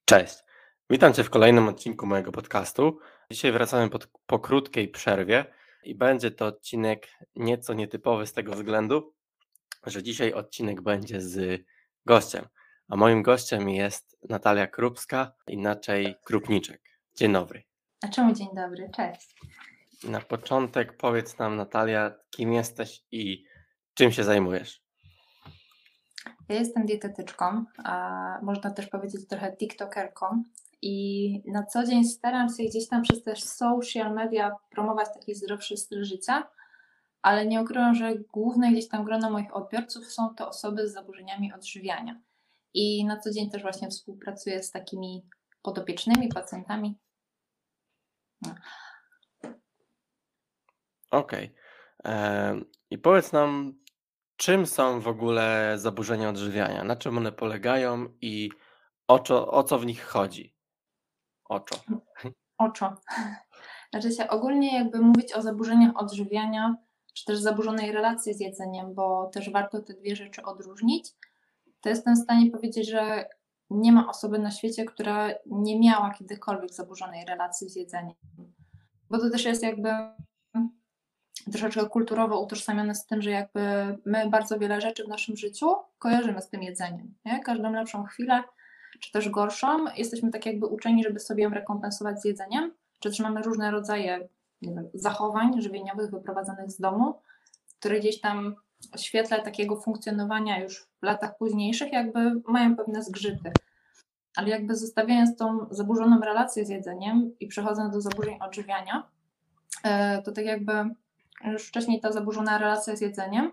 Cześć, witam Cię w kolejnym odcinku mojego podcastu. Dzisiaj wracamy po krótkiej przerwie i będzie to odcinek nieco nietypowy z tego względu, że dzisiaj odcinek będzie z gościem, a moim gościem jest Natalia Krupska, inaczej Krupniczek. Dzień dobry. A czemu dzień dobry? Cześć. Na początek powiedz nam, Natalia, kim jesteś i czym się zajmujesz? Ja jestem dietetyczką, a można też powiedzieć trochę tiktokerką i na co dzień staram się gdzieś tam przez też social media promować taki zdrowszy styl życia, ale nie ukrywam, że główne gdzieś tam grono moich odbiorców są to osoby z zaburzeniami odżywiania. I na co dzień też właśnie współpracuję z takimi podopiecznymi pacjentami. No. Okej. I powiedz nam, czym są w ogóle zaburzenia odżywiania? Na czym one polegają i o co w nich chodzi? Oczo. Oczo. Znaczy się ogólnie jakby mówić o zaburzeniach odżywiania, czy też zaburzonej relacji z jedzeniem, bo też warto te dwie rzeczy odróżnić, to jestem w stanie powiedzieć, że nie ma osoby na świecie, która nie miała kiedykolwiek zaburzonej relacji z jedzeniem. Bo to też jest jakby troszeczkę kulturowo utożsamione z tym, że jakby my bardzo wiele rzeczy w naszym życiu kojarzymy z tym jedzeniem. Nie? Każdą lepszą chwilę, czy też gorszą, jesteśmy tak jakby uczeni, żeby sobie ją rekompensować z jedzeniem, czy też mamy różne rodzaje, nie wiem, zachowań żywieniowych wyprowadzonych z domu, które gdzieś tam w świetle takiego funkcjonowania już w latach późniejszych jakby mają pewne zgrzyty. Ale jakby zostawiając tą zaburzoną relację z jedzeniem i przechodząc do zaburzeń odżywiania, to tak jakby już wcześniej ta zaburzona relacja z jedzeniem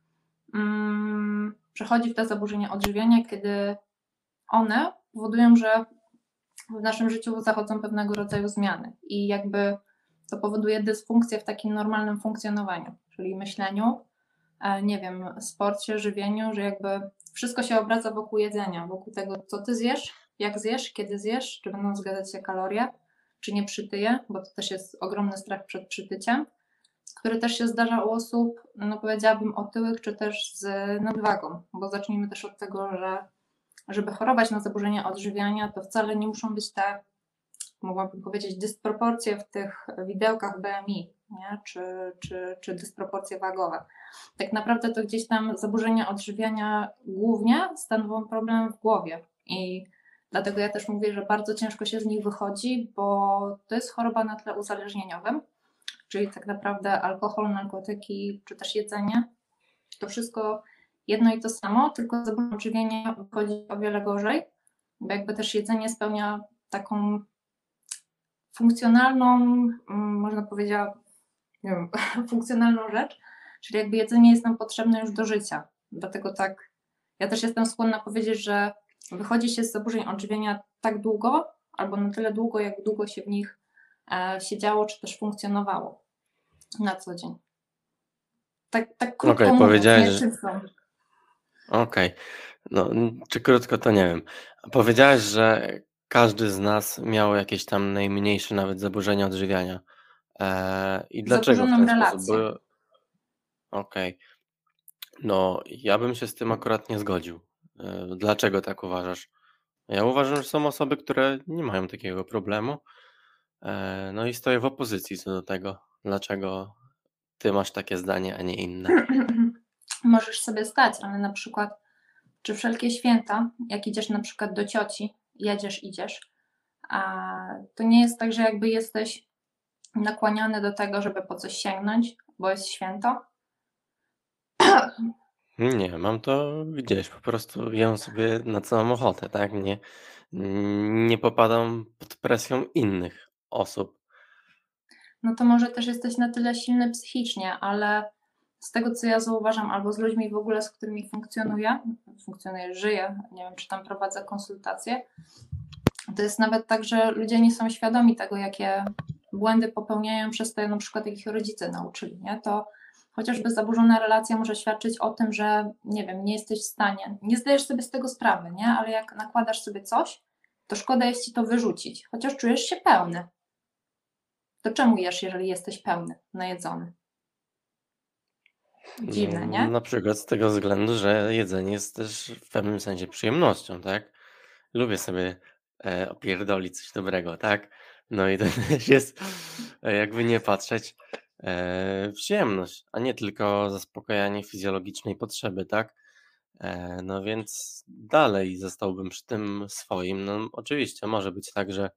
przechodzi w te zaburzenia odżywiania, kiedy one powodują, że w naszym życiu zachodzą pewnego rodzaju zmiany i jakby to powoduje dysfunkcję w takim normalnym funkcjonowaniu, czyli myśleniu, nie wiem, sporcie, żywieniu, że jakby wszystko się obraca wokół jedzenia, wokół tego, co ty zjesz, jak zjesz, kiedy zjesz, czy będą zgadzać się kalorie, czy nie przytyje, bo to też jest ogromny strach przed przytyciem, który też się zdarza u osób, no powiedziałabym otyłych, czy też z nadwagą, bo zacznijmy też od tego, że żeby chorować na zaburzenia odżywiania, to wcale nie muszą być te, mogłabym powiedzieć, dysproporcje w tych widełkach BMI, nie? Czy dysproporcje wagowe. Tak naprawdę to gdzieś tam zaburzenia odżywiania głównie stanowią problem w głowie i dlatego ja też mówię, że bardzo ciężko się z nich wychodzi, bo to jest choroba na tle uzależnieniowym, czyli tak naprawdę alkohol, narkotyki czy też jedzenie, to wszystko jedno i to samo, tylko zaburzenie odżywienia wychodzi o wiele gorzej, bo jakby też jedzenie spełnia taką funkcjonalną, można powiedzieć, nie wiem, funkcjonalną rzecz, czyli jakby jedzenie jest nam potrzebne już do życia. Dlatego tak, ja też jestem skłonna powiedzieć, że wychodzi się z zaburzeń odżywiania tak długo, albo na tyle długo, jak długo się w nich siedziało, czy też funkcjonowało na co dzień. Tak krótko Okej, mówiąc, powiedziałeś, nie że... czym są. Okej. No, czy krótko, to nie wiem. Powiedziałeś, że każdy z nas miał jakieś tam najmniejsze nawet zaburzenia odżywiania. I dlaczego w Zaburzoną ten sposób? relację. Okej. No, ja bym się z tym akurat nie zgodził. Dlaczego tak uważasz? Ja uważam, że są osoby, które nie mają takiego problemu. No i stoję w opozycji co do tego. Dlaczego ty masz takie zdanie, a nie inne? Możesz sobie stać, ale na przykład czy wszelkie święta, jak idziesz na przykład do cioci, idziesz, a to nie jest tak, że jakby jesteś nakłaniany do tego, żeby po coś sięgnąć, bo jest święto. Nie, mam to gdzieś, po prostu jem sobie na co mam ochotę, tak? Nie popadam pod presją innych osób. No to może też jesteś na tyle silny psychicznie, ale z tego, co ja zauważam, albo z ludźmi w ogóle, z którymi żyję, nie wiem, czy tam prowadzę konsultacje, to jest nawet tak, że ludzie nie są świadomi tego, jakie błędy popełniają przez to, na przykład jak ich rodzice nauczyli, nie? To chociażby zaburzona relacja może świadczyć o tym, że nie wiem, nie jesteś w stanie, nie zdajesz sobie z tego sprawy, nie? Ale jak nakładasz sobie coś, to szkoda jest ci to wyrzucić, chociaż czujesz się pełny. To czemu jesz, jeżeli jesteś pełny, najedzony? No, Dziwne, nie? na przykład z tego względu, że jedzenie jest też w pewnym sensie przyjemnością, tak? Lubię sobie opierdolić coś dobrego, tak? No i to też jest, jakby nie patrzeć, przyjemność, a nie tylko zaspokajanie fizjologicznej potrzeby, tak? No więc dalej zostałbym przy tym swoim. No oczywiście może być tak, że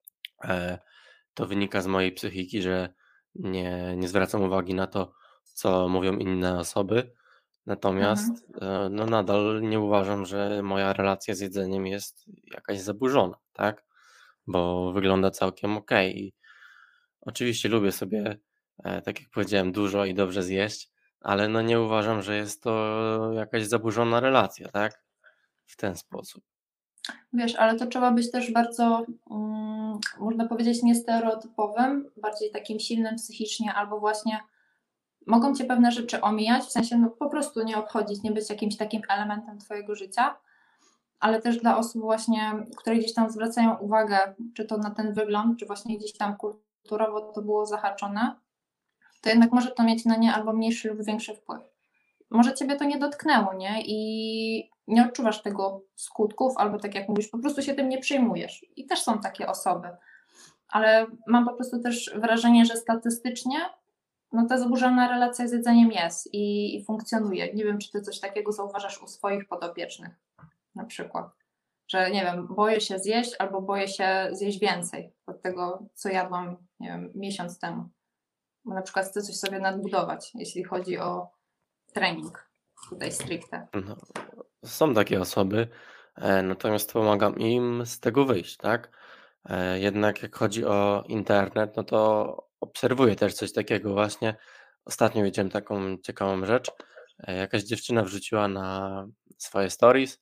e, to wynika z mojej psychiki, że nie zwracam uwagi na to, co mówią inne osoby. Mhm. Natomiast no nadal nie uważam, że moja relacja z jedzeniem jest jakaś zaburzona, tak? Bo wygląda całkiem okej. I oczywiście lubię sobie, tak jak powiedziałem, dużo i dobrze zjeść, ale no nie uważam, że jest to jakaś zaburzona relacja, tak? W ten sposób. Wiesz, ale to trzeba być też bardzo, można powiedzieć, niestereotypowym, bardziej takim silnym psychicznie, albo właśnie mogą cię pewne rzeczy omijać, w sensie no, po prostu nie obchodzić, nie być jakimś takim elementem twojego życia, ale też dla osób właśnie, które gdzieś tam zwracają uwagę, czy to na ten wygląd, czy właśnie gdzieś tam kulturowo to było zahaczone, to jednak może to mieć na nie albo mniejszy lub większy wpływ. Może ciebie to nie dotknęło, nie? I nie odczuwasz tego skutków, albo tak jak mówisz, po prostu się tym nie przejmujesz. I też są takie osoby. Ale mam po prostu też wrażenie, że statystycznie no ta zaburzona relacja z jedzeniem jest i funkcjonuje. Nie wiem, czy ty coś takiego zauważasz u swoich podopiecznych na przykład. Że nie wiem, boję się zjeść albo boję się zjeść więcej od tego, co jadłam, nie wiem, miesiąc temu. Bo na przykład chcę coś sobie nadbudować, jeśli chodzi o trening tutaj stricte. No, są takie osoby, natomiast pomagam im z tego wyjść, tak? Jednak jak chodzi o internet, no to obserwuję też coś takiego właśnie. Ostatnio widziałem taką ciekawą rzecz. Jakaś dziewczyna wrzuciła na swoje stories,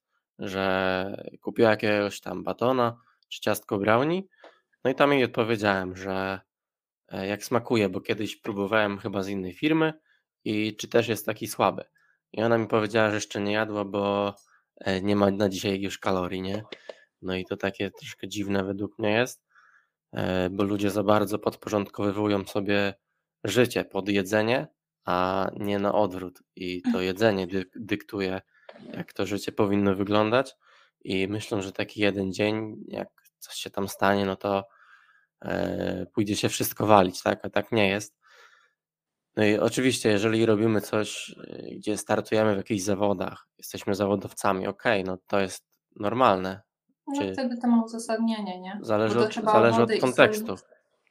że kupiła jakiegoś tam batona czy ciastko brownie. No i tam jej odpowiedziałem, że jak smakuje, bo kiedyś próbowałem chyba z innej firmy i czy też jest taki słaby. I ona mi powiedziała, że jeszcze nie jadła, bo nie ma na dzisiaj już kalorii, nie? No i to takie troszkę dziwne według mnie jest, bo ludzie za bardzo podporządkowywują sobie życie pod jedzenie, a nie na odwrót. I to jedzenie dyktuje, jak to życie powinno wyglądać. I myślę, że taki jeden dzień, jak coś się tam stanie, no to pójdzie się wszystko walić, tak? A tak nie jest. No i oczywiście, jeżeli robimy coś, gdzie startujemy w jakichś zawodach, jesteśmy zawodowcami, okej, no to jest normalne. No Czy wtedy to ma uzasadnienie, nie? Bo zależy to od, trzeba zależy wody od i sól. kontekstu.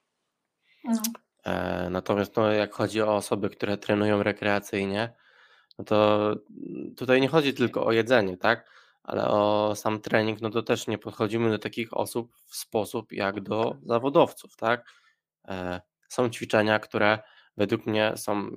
No. Natomiast no, jak chodzi o osoby, które trenują rekreacyjnie, no to tutaj nie chodzi tylko o jedzenie, tak? Ale o sam trening, no to też nie podchodzimy do takich osób w sposób jak do zawodowców, tak? Są ćwiczenia, które według mnie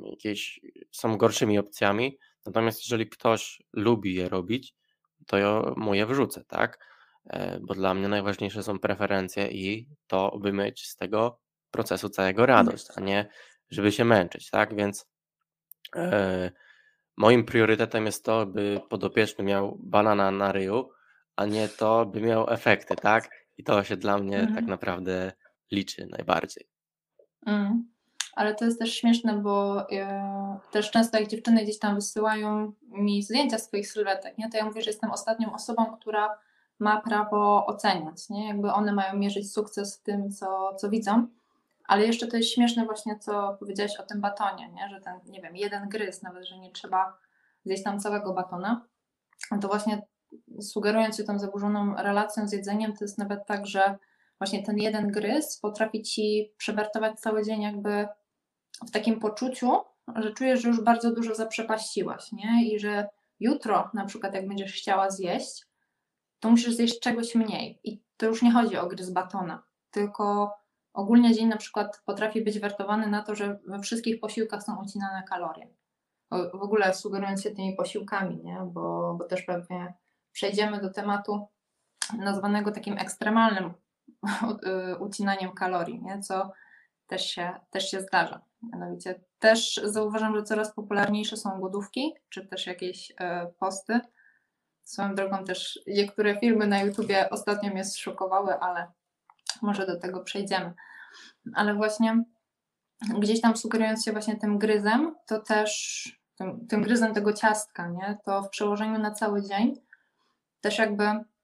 są gorszymi opcjami, natomiast jeżeli ktoś lubi je robić, to ja mu je wrzucę, tak? Bo dla mnie najważniejsze są preferencje i to, by mieć z tego procesu całego radość, a nie żeby się męczyć, tak? Więc e, moim priorytetem jest to, by podopieczny miał banana na ryju, a nie to, by miał efekty, tak? I to się dla mnie tak Mhm. naprawdę liczy najbardziej. Mm. Ale to jest też śmieszne, bo też często jak dziewczyny gdzieś tam wysyłają mi zdjęcia swoich sylwetek, nie, to ja mówię, że jestem ostatnią osobą, która ma prawo oceniać, nie? Jakby one mają mierzyć sukces w tym, co widzą. Ale jeszcze to jest śmieszne właśnie, co powiedziałaś o tym batonie, nie? Że ten, nie wiem, jeden gryz, nawet, że nie trzeba zjeść tam całego batona. To właśnie sugerując się tą zaburzoną relacją z jedzeniem, to jest nawet tak, że właśnie ten jeden gryz potrafi ci przewertować cały dzień jakby w takim poczuciu, że czujesz, że już bardzo dużo zaprzepaściłaś, nie? I że jutro na przykład jak będziesz chciała zjeść, to musisz zjeść czegoś mniej. I to już nie chodzi o gryz batona, tylko ogólnie dzień na przykład potrafi być wertowany na to, że we wszystkich posiłkach są ucinane kalorie. W ogóle sugerując się tymi posiłkami, nie? Bo też pewnie przejdziemy do tematu nazwanego takim ekstremalnym ucinaniem kalorii, nie? Co też się zdarza. Mianowicie też zauważam, że coraz popularniejsze są głodówki, czy też jakieś posty. Swoją drogą też niektóre filmy na YouTubie ostatnio mnie zszokowały, ale może do tego przejdziemy. Ale właśnie gdzieś tam sugerując się właśnie tym gryzem, to też tym gryzem tego ciastka, nie? To w przełożeniu na cały dzień też jakby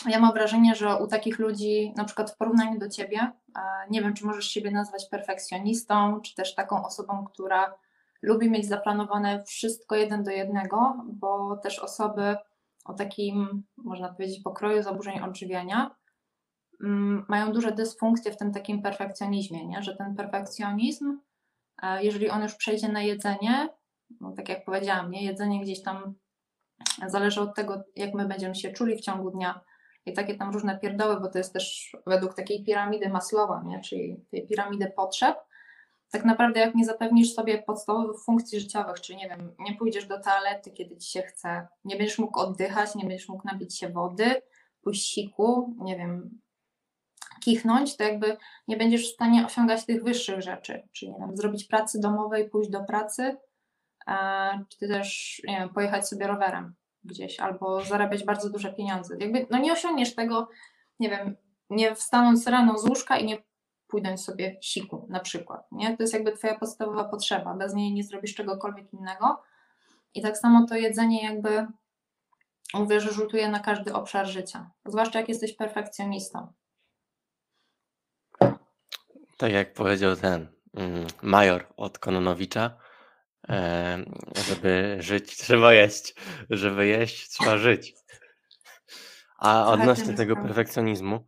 ja mam wrażenie, że u takich ludzi, na przykład w porównaniu do ciebie, nie wiem, czy możesz siebie nazwać perfekcjonistą, czy też taką osobą, która lubi mieć zaplanowane wszystko 1:1, bo też osoby o takim, można powiedzieć, pokroju zaburzeń odżywiania mają duże dysfunkcje w tym takim perfekcjonizmie, nie? Że ten perfekcjonizm, jeżeli on już przejdzie na jedzenie, no tak jak powiedziałam, nie? Jedzenie gdzieś tam zależy od tego, jak my będziemy się czuli w ciągu dnia i takie tam różne pierdoły, bo to jest też według takiej piramidy Maslowa, nie? Czyli tej piramidy potrzeb. Tak naprawdę jak nie zapewnisz sobie podstawowych funkcji życiowych, czyli nie wiem, nie pójdziesz do toalety, kiedy ci się chce, nie będziesz mógł oddychać, nie będziesz mógł napić się wody, pójść siku, nie wiem, kichnąć, to jakby nie będziesz w stanie osiągać tych wyższych rzeczy, czyli nie wiem, zrobić pracy domowej, pójść do pracy, czy też nie wiem, pojechać sobie rowerem gdzieś albo zarabiać bardzo duże pieniądze. Jakby no nie osiągniesz tego, nie wiem, nie wstanąć rano z łóżka i nie pójść sobie siku na przykład, nie? To jest jakby twoja podstawowa potrzeba, bez niej nie zrobisz czegokolwiek innego i tak samo to jedzenie jakby mówię, że rzutuje na każdy obszar życia, zwłaszcza jak jesteś perfekcjonistą. Tak jak powiedział ten major od Kononowicza, żeby żyć trzeba jeść, żeby jeść trzeba żyć. A Trochę w tym odnośnie jest tego prawda. perfekcjonizmu,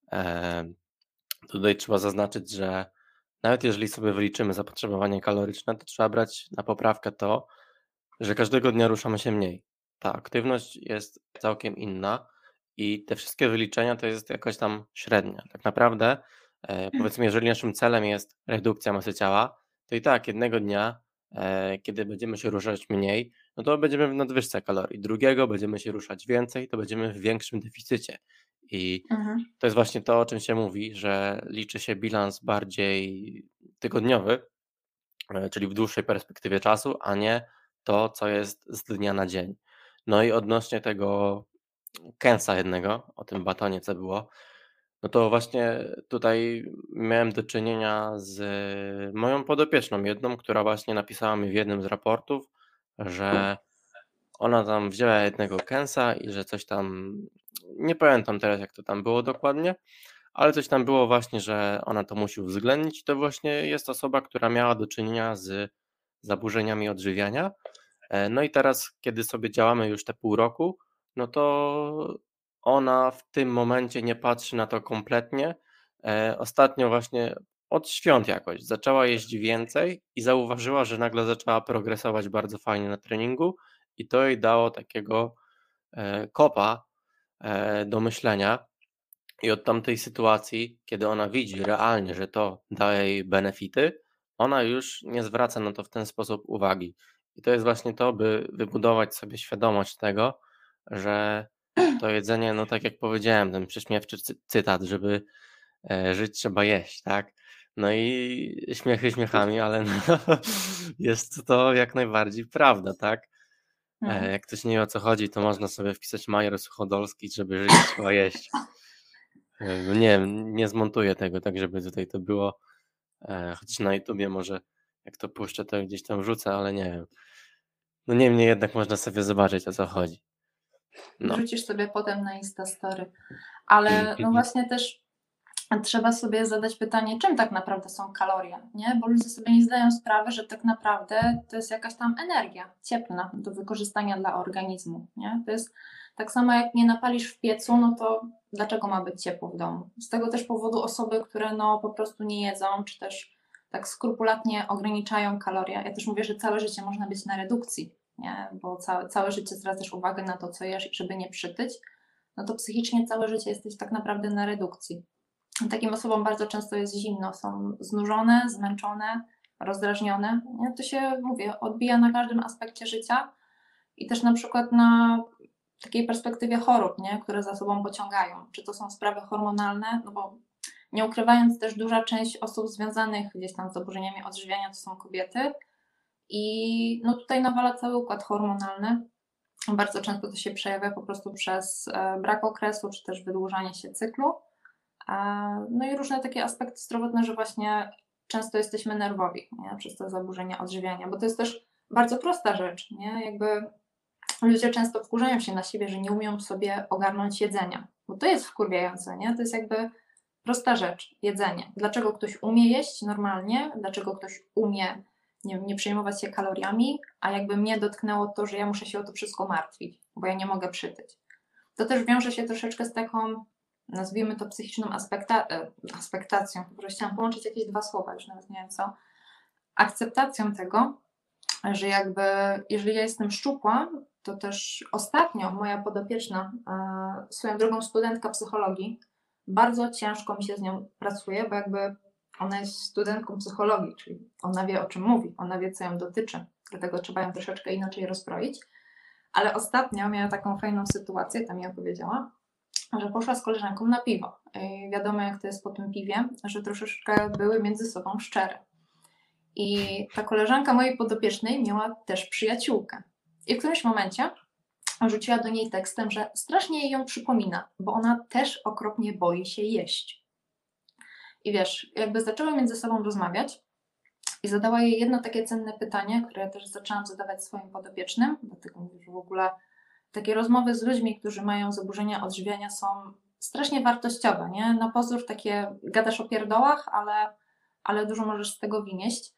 tutaj trzeba zaznaczyć, że nawet jeżeli sobie wyliczymy zapotrzebowanie kaloryczne, to trzeba brać na poprawkę to, że każdego dnia ruszamy się mniej. Ta aktywność jest całkiem inna i te wszystkie wyliczenia to jest jakaś tam średnia. Tak naprawdę, powiedzmy, jeżeli naszym celem jest redukcja masy ciała, to i tak jednego dnia, kiedy będziemy się ruszać mniej, no to będziemy w nadwyżce kalorii. Drugiego będziemy się ruszać więcej, to będziemy w większym deficycie. I Mhm. to jest właśnie to, o czym się mówi, że liczy się bilans bardziej tygodniowy, czyli w dłuższej perspektywie czasu, a nie to, co jest z dnia na dzień. No i odnośnie tego kęsa jednego, o tym batonie, co było, no to właśnie tutaj miałem do czynienia z moją podopieczną jedną, która właśnie napisała mi w jednym z raportów, że ona tam wzięła jednego kęsa i że coś tam, nie pamiętam teraz jak to tam było dokładnie, ale coś tam było właśnie, że ona to musi uwzględnić. To właśnie jest osoba, która miała do czynienia z zaburzeniami odżywiania. No i teraz, kiedy sobie działamy już te pół roku, no to ona w tym momencie nie patrzy na to kompletnie. Ostatnio właśnie od świąt jakoś zaczęła jeść więcej i zauważyła, że nagle zaczęła progresować bardzo fajnie na treningu i to jej dało takiego kopa do myślenia. I od tamtej sytuacji, kiedy ona widzi realnie, że to daje jej benefity, ona już nie zwraca na to w ten sposób uwagi. I to jest właśnie to, by wybudować sobie świadomość tego, że to jedzenie, no tak jak powiedziałem, ten prześmiewczy cytat, żeby żyć trzeba jeść, tak? No i śmiechy śmiechami, ale no, jest to jak najbardziej prawda, tak? Mhm. Jak ktoś nie wie o co chodzi, to można sobie wpisać Major Suchodolski, żeby żyć trzeba jeść. No nie wiem, nie zmontuję tego tak, żeby tutaj to było, chociaż na YouTubie może jak to puszczę, to gdzieś tam wrzucę, ale nie wiem. No niemniej jednak można sobie zobaczyć, o co chodzi. No. Wrzucisz sobie potem na Instastory. Ale no właśnie też trzeba sobie zadać pytanie, czym tak naprawdę są kalorie, nie? Bo ludzie sobie nie zdają sprawy, że tak naprawdę to jest jakaś tam energia cieplna do wykorzystania dla organizmu, nie? To jest tak samo jak nie napalisz w piecu, no to dlaczego ma być ciepło w domu? Z tego też powodu osoby, które no po prostu nie jedzą, czy też tak skrupulatnie ograniczają kalorie. Ja też mówię, że całe życie można być na redukcji, nie? Bo całe życie zwracasz uwagę na to, co jesz, żeby nie przytyć, no to psychicznie całe życie jesteś tak naprawdę na redukcji. Takim osobom bardzo często jest zimno, są znużone, zmęczone, rozdrażnione. Nie? To się, mówię, odbija na każdym aspekcie życia i też na przykład na takiej perspektywie chorób, nie? Które za sobą pociągają. Czy to są sprawy hormonalne, no bo nie ukrywając też duża część osób związanych gdzieś tam z zaburzeniami odżywiania to są kobiety i no tutaj nawala cały układ hormonalny. Bardzo często to się przejawia po prostu przez brak okresu, czy też wydłużanie się cyklu. No i różne takie aspekty zdrowotne, że właśnie często jesteśmy nerwowi, nie? Przez te zaburzenia odżywiania, bo to jest też bardzo prosta rzecz, nie? Jakby ludzie często wkurzają się na siebie, że nie umieją sobie ogarnąć jedzenia, Bo to jest wkurwiające, nie? To jest jakby prosta rzecz, jedzenie. Dlaczego ktoś umie jeść normalnie, dlaczego ktoś umie nie przejmować się kaloriami, a jakby mnie dotknęło to, że ja muszę się o to wszystko martwić, bo ja nie mogę przytyć. To też wiąże się troszeczkę z taką, nazwijmy to psychiczną aspektacją, po prostu chciałam połączyć jakieś dwa słowa, już nawet nie wiem co, akceptacją tego, że jakby jeżeli ja jestem szczupła, to też ostatnio moja podopieczna, swoją drogą studentka psychologii, bardzo ciężko mi się z nią pracuje, bo jakby ona jest studentką psychologii, czyli ona wie, o czym mówi, ona wie, co ją dotyczy, dlatego trzeba ją troszeczkę inaczej rozbroić. Ale ostatnio miała taką fajną sytuację, tam mi opowiedziała, że poszła z koleżanką na piwo. I wiadomo, jak to jest po tym piwie, że troszeczkę były między sobą szczere. I ta koleżanka mojej podopiecznej miała też przyjaciółkę. I w którymś momencie rzuciła do niej tekstem, że strasznie jej ją przypomina, bo ona też okropnie boi się jeść. I wiesz, jakby zaczęły między sobą rozmawiać i zadała jej jedno takie cenne pytanie, które też zaczęłam zadawać swoim podopiecznym, dlatego mówię, że w ogóle takie rozmowy z ludźmi, którzy mają zaburzenia odżywiania, są strasznie wartościowe, nie? Na pozór takie gadasz o pierdołach, ale dużo możesz z tego wynieść.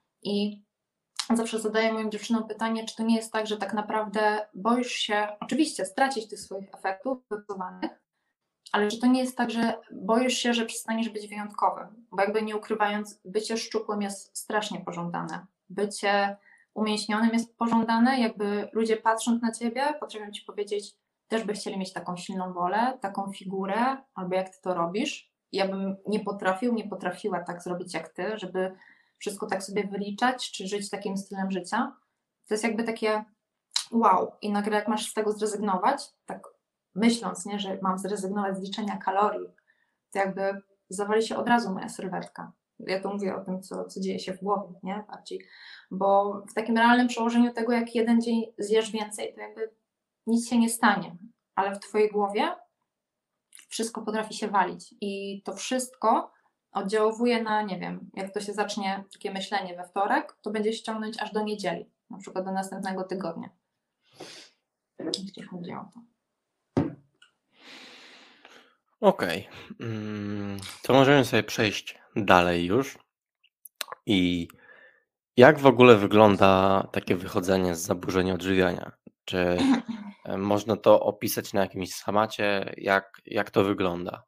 I zawsze zadaję moim dziewczynom pytanie, czy to nie jest tak, że tak naprawdę boisz się oczywiście stracić tych swoich efektów wypracowanych, ale czy to nie jest tak, że boisz się, że przestaniesz być wyjątkowy? Bo jakby nie ukrywając, bycie szczupłym jest strasznie pożądane. Bycie umięśnionym jest pożądane, jakby ludzie patrząc na ciebie potrafią ci powiedzieć, też by chcieli mieć taką silną wolę, taką figurę, albo jak ty to robisz. Ja bym nie potrafiła tak zrobić jak ty, żeby wszystko tak sobie wyliczać, czy żyć takim stylem życia. To jest jakby takie wow. I nagle jak masz z tego zrezygnować, tak myśląc, nie, że mam zrezygnować z liczenia kalorii, to jakby zawali się od razu moja sylwetka. Ja tu mówię o tym, co dzieje się w głowie, nie? Bardziej. Bo w takim realnym przełożeniu tego, jak jeden dzień zjesz więcej, to jakby nic się nie stanie. Ale w twojej głowie wszystko potrafi się walić. I to wszystko oddziałuje na, nie wiem, jak to się zacznie takie myślenie we wtorek, to będzie ściągnąć aż do niedzieli, na przykład do następnego tygodnia. Jeśli chodzi o to. Okej. To możemy sobie przejść dalej już. I jak w ogóle wygląda takie wychodzenie z zaburzeń odżywiania? Czy można to opisać na jakimś schemacie? Jak to wygląda?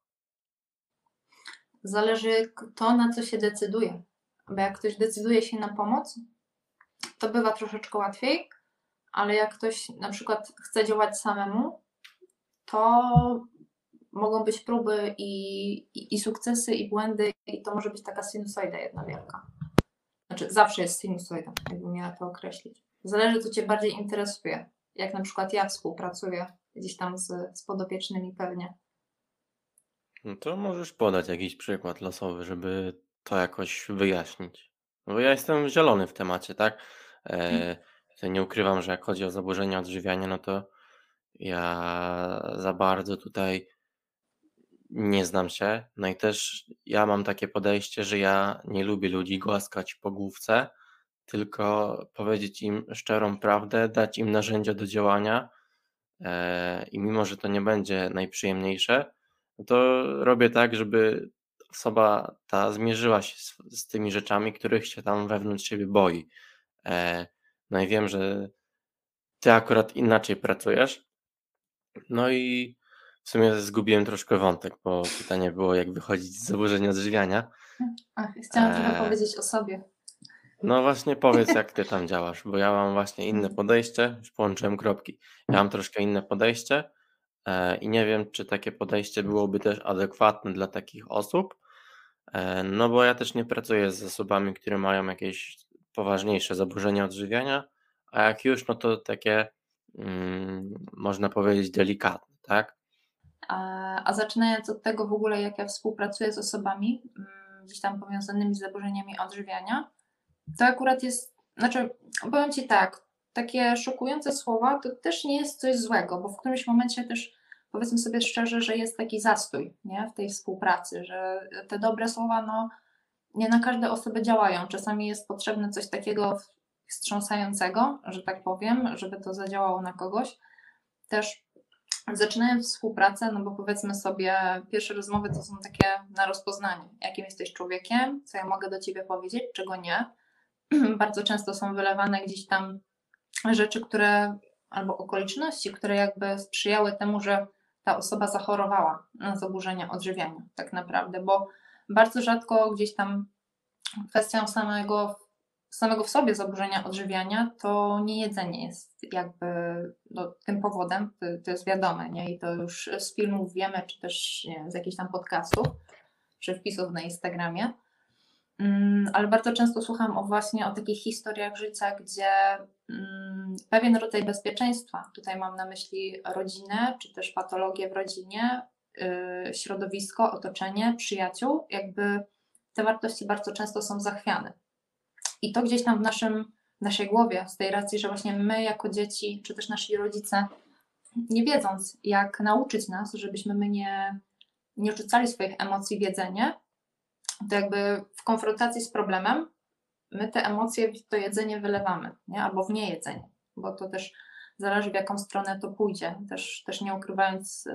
Zależy kto na co się decyduje. Bo jak ktoś decyduje się na pomoc, to bywa troszeczkę łatwiej, ale jak ktoś na przykład chce działać samemu, to mogą być próby i sukcesy, i błędy, i to może być taka sinusoida jedna wielka. Znaczy zawsze jest sinusoida, jakbym miała to określić. Zależy, co cię bardziej interesuje. Jak na przykład ja współpracuję gdzieś tam z podopiecznymi pewnie. No to możesz podać jakiś przykład losowy, żeby to jakoś wyjaśnić. No bo ja jestem zielony w temacie, tak? To nie ukrywam, że jak chodzi o zaburzenia odżywiania, no to ja za bardzo tutaj nie znam się. No i też ja mam takie podejście, że ja nie lubię ludzi głaskać po główce, tylko powiedzieć im szczerą prawdę, dać im narzędzia do działania. I mimo, że to nie będzie najprzyjemniejsze, no to robię tak, żeby osoba ta zmierzyła się z tymi rzeczami, których się tam wewnątrz siebie boi. No i wiem, że ty akurat inaczej pracujesz. No i w sumie zgubiłem troszkę wątek, bo pytanie było, jak wychodzić z zaburzeń odżywiania. Ach, chciałam trochę powiedzieć o sobie. No właśnie powiedz, jak ty tam działasz, bo ja mam właśnie inne podejście, już połączyłem kropki. Ja mam troszkę inne podejście i nie wiem, czy takie podejście byłoby też adekwatne dla takich osób, no bo ja też nie pracuję z osobami, które mają jakieś poważniejsze zaburzenia odżywiania, a jak już, no to takie można powiedzieć delikatne, tak? A zaczynając od tego w ogóle, jak ja współpracuję z osobami gdzieś tam powiązanymi z zaburzeniami odżywiania, to akurat jest, znaczy powiem Ci tak, takie szokujące słowa to też nie jest coś złego, bo w którymś momencie też powiedzmy sobie szczerze, że jest taki zastój, nie, w tej współpracy, że te dobre słowa, no nie na każde osoby działają. Czasami jest potrzebne coś takiego wstrząsającego, że tak powiem, żeby to zadziałało na kogoś. Też zaczynając współpracę, no bo powiedzmy sobie, pierwsze rozmowy to są takie na rozpoznanie, jakim jesteś człowiekiem, co ja mogę do ciebie powiedzieć, czego nie. Bardzo często są wylewane gdzieś tam rzeczy, które albo okoliczności, które jakby sprzyjały temu, że ta osoba zachorowała na zaburzenia odżywiania tak naprawdę, bo bardzo rzadko gdzieś tam kwestią samego w sobie zaburzenia odżywiania to niejedzenie jest jakby tym powodem, to jest wiadome, nie? I to już z filmów wiemy, czy też nie wiem, z jakichś tam podcastów, czy wpisów na Instagramie. Ale bardzo często słucham właśnie o takich historiach życia, gdzie pewien rodzaj bezpieczeństwa, tutaj mam na myśli rodzinę, czy też patologię w rodzinie, środowisko, otoczenie, przyjaciół, jakby te wartości bardzo często są zachwiane. I to gdzieś tam w naszej głowie, z tej racji, że właśnie my jako dzieci, czy też nasi rodzice, nie wiedząc jak nauczyć nas, żebyśmy my nie rzucali swoich emocji w jedzenie, to jakby w konfrontacji z problemem my te emocje w to jedzenie wylewamy, nie? Albo w niejedzenie, bo to też zależy w jaką stronę to pójdzie. Też nie ukrywając,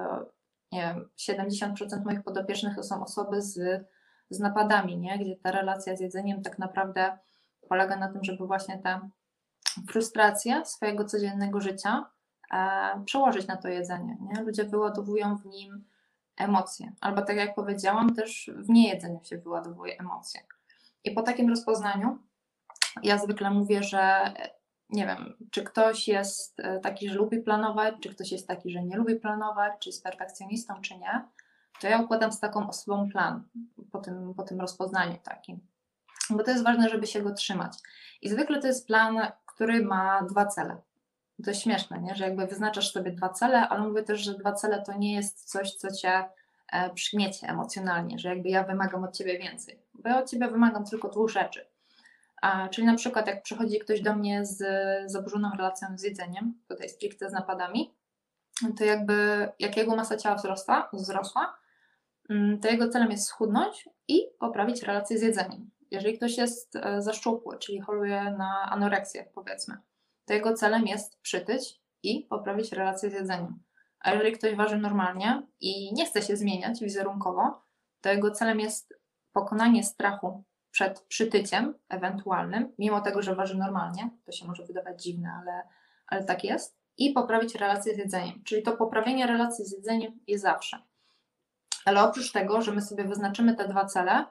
nie wiem, 70% moich podopiecznych to są osoby z napadami, nie? Gdzie ta relacja z jedzeniem tak naprawdę polega na tym, żeby właśnie tę frustrację swojego codziennego życia przełożyć na to jedzenie. Nie? Ludzie wyładowują w nim emocje, albo tak jak powiedziałam, też w niejedzeniu się wyładowuje emocje. I po takim rozpoznaniu ja zwykle mówię, że nie wiem, czy ktoś jest taki, że lubi planować, czy ktoś jest taki, że nie lubi planować, czy jest perfekcjonistą, czy nie, to ja układam z taką osobą plan po tym rozpoznaniu takim. Bo to jest ważne, żeby się go trzymać. I zwykle to jest plan, który ma 2 cele. To jest śmieszne, nie? Że jakby wyznaczasz sobie 2 cele, ale mówię też, że 2 cele to nie jest coś, co cię przygniecie emocjonalnie, że jakby ja wymagam od ciebie więcej. Bo ja od ciebie wymagam tylko 2 rzeczy. Czyli na przykład jak przychodzi ktoś do mnie z zaburzoną relacją z jedzeniem, tutaj stricte z napadami, to jakby jak jego masa ciała wzrosła, to jego celem jest schudnąć i poprawić relację z jedzeniem. Jeżeli ktoś jest zaszczupły, czyli choruje na anoreksję, powiedzmy, to jego celem jest przytyć i poprawić relację z jedzeniem. A jeżeli ktoś waży normalnie i nie chce się zmieniać wizerunkowo, to jego celem jest pokonanie strachu przed przytyciem ewentualnym, mimo tego, że waży normalnie, to się może wydawać dziwne, ale tak jest, i poprawić relację z jedzeniem. Czyli to poprawienie relacji z jedzeniem jest zawsze. Ale oprócz tego, że my sobie wyznaczymy te 2 cele,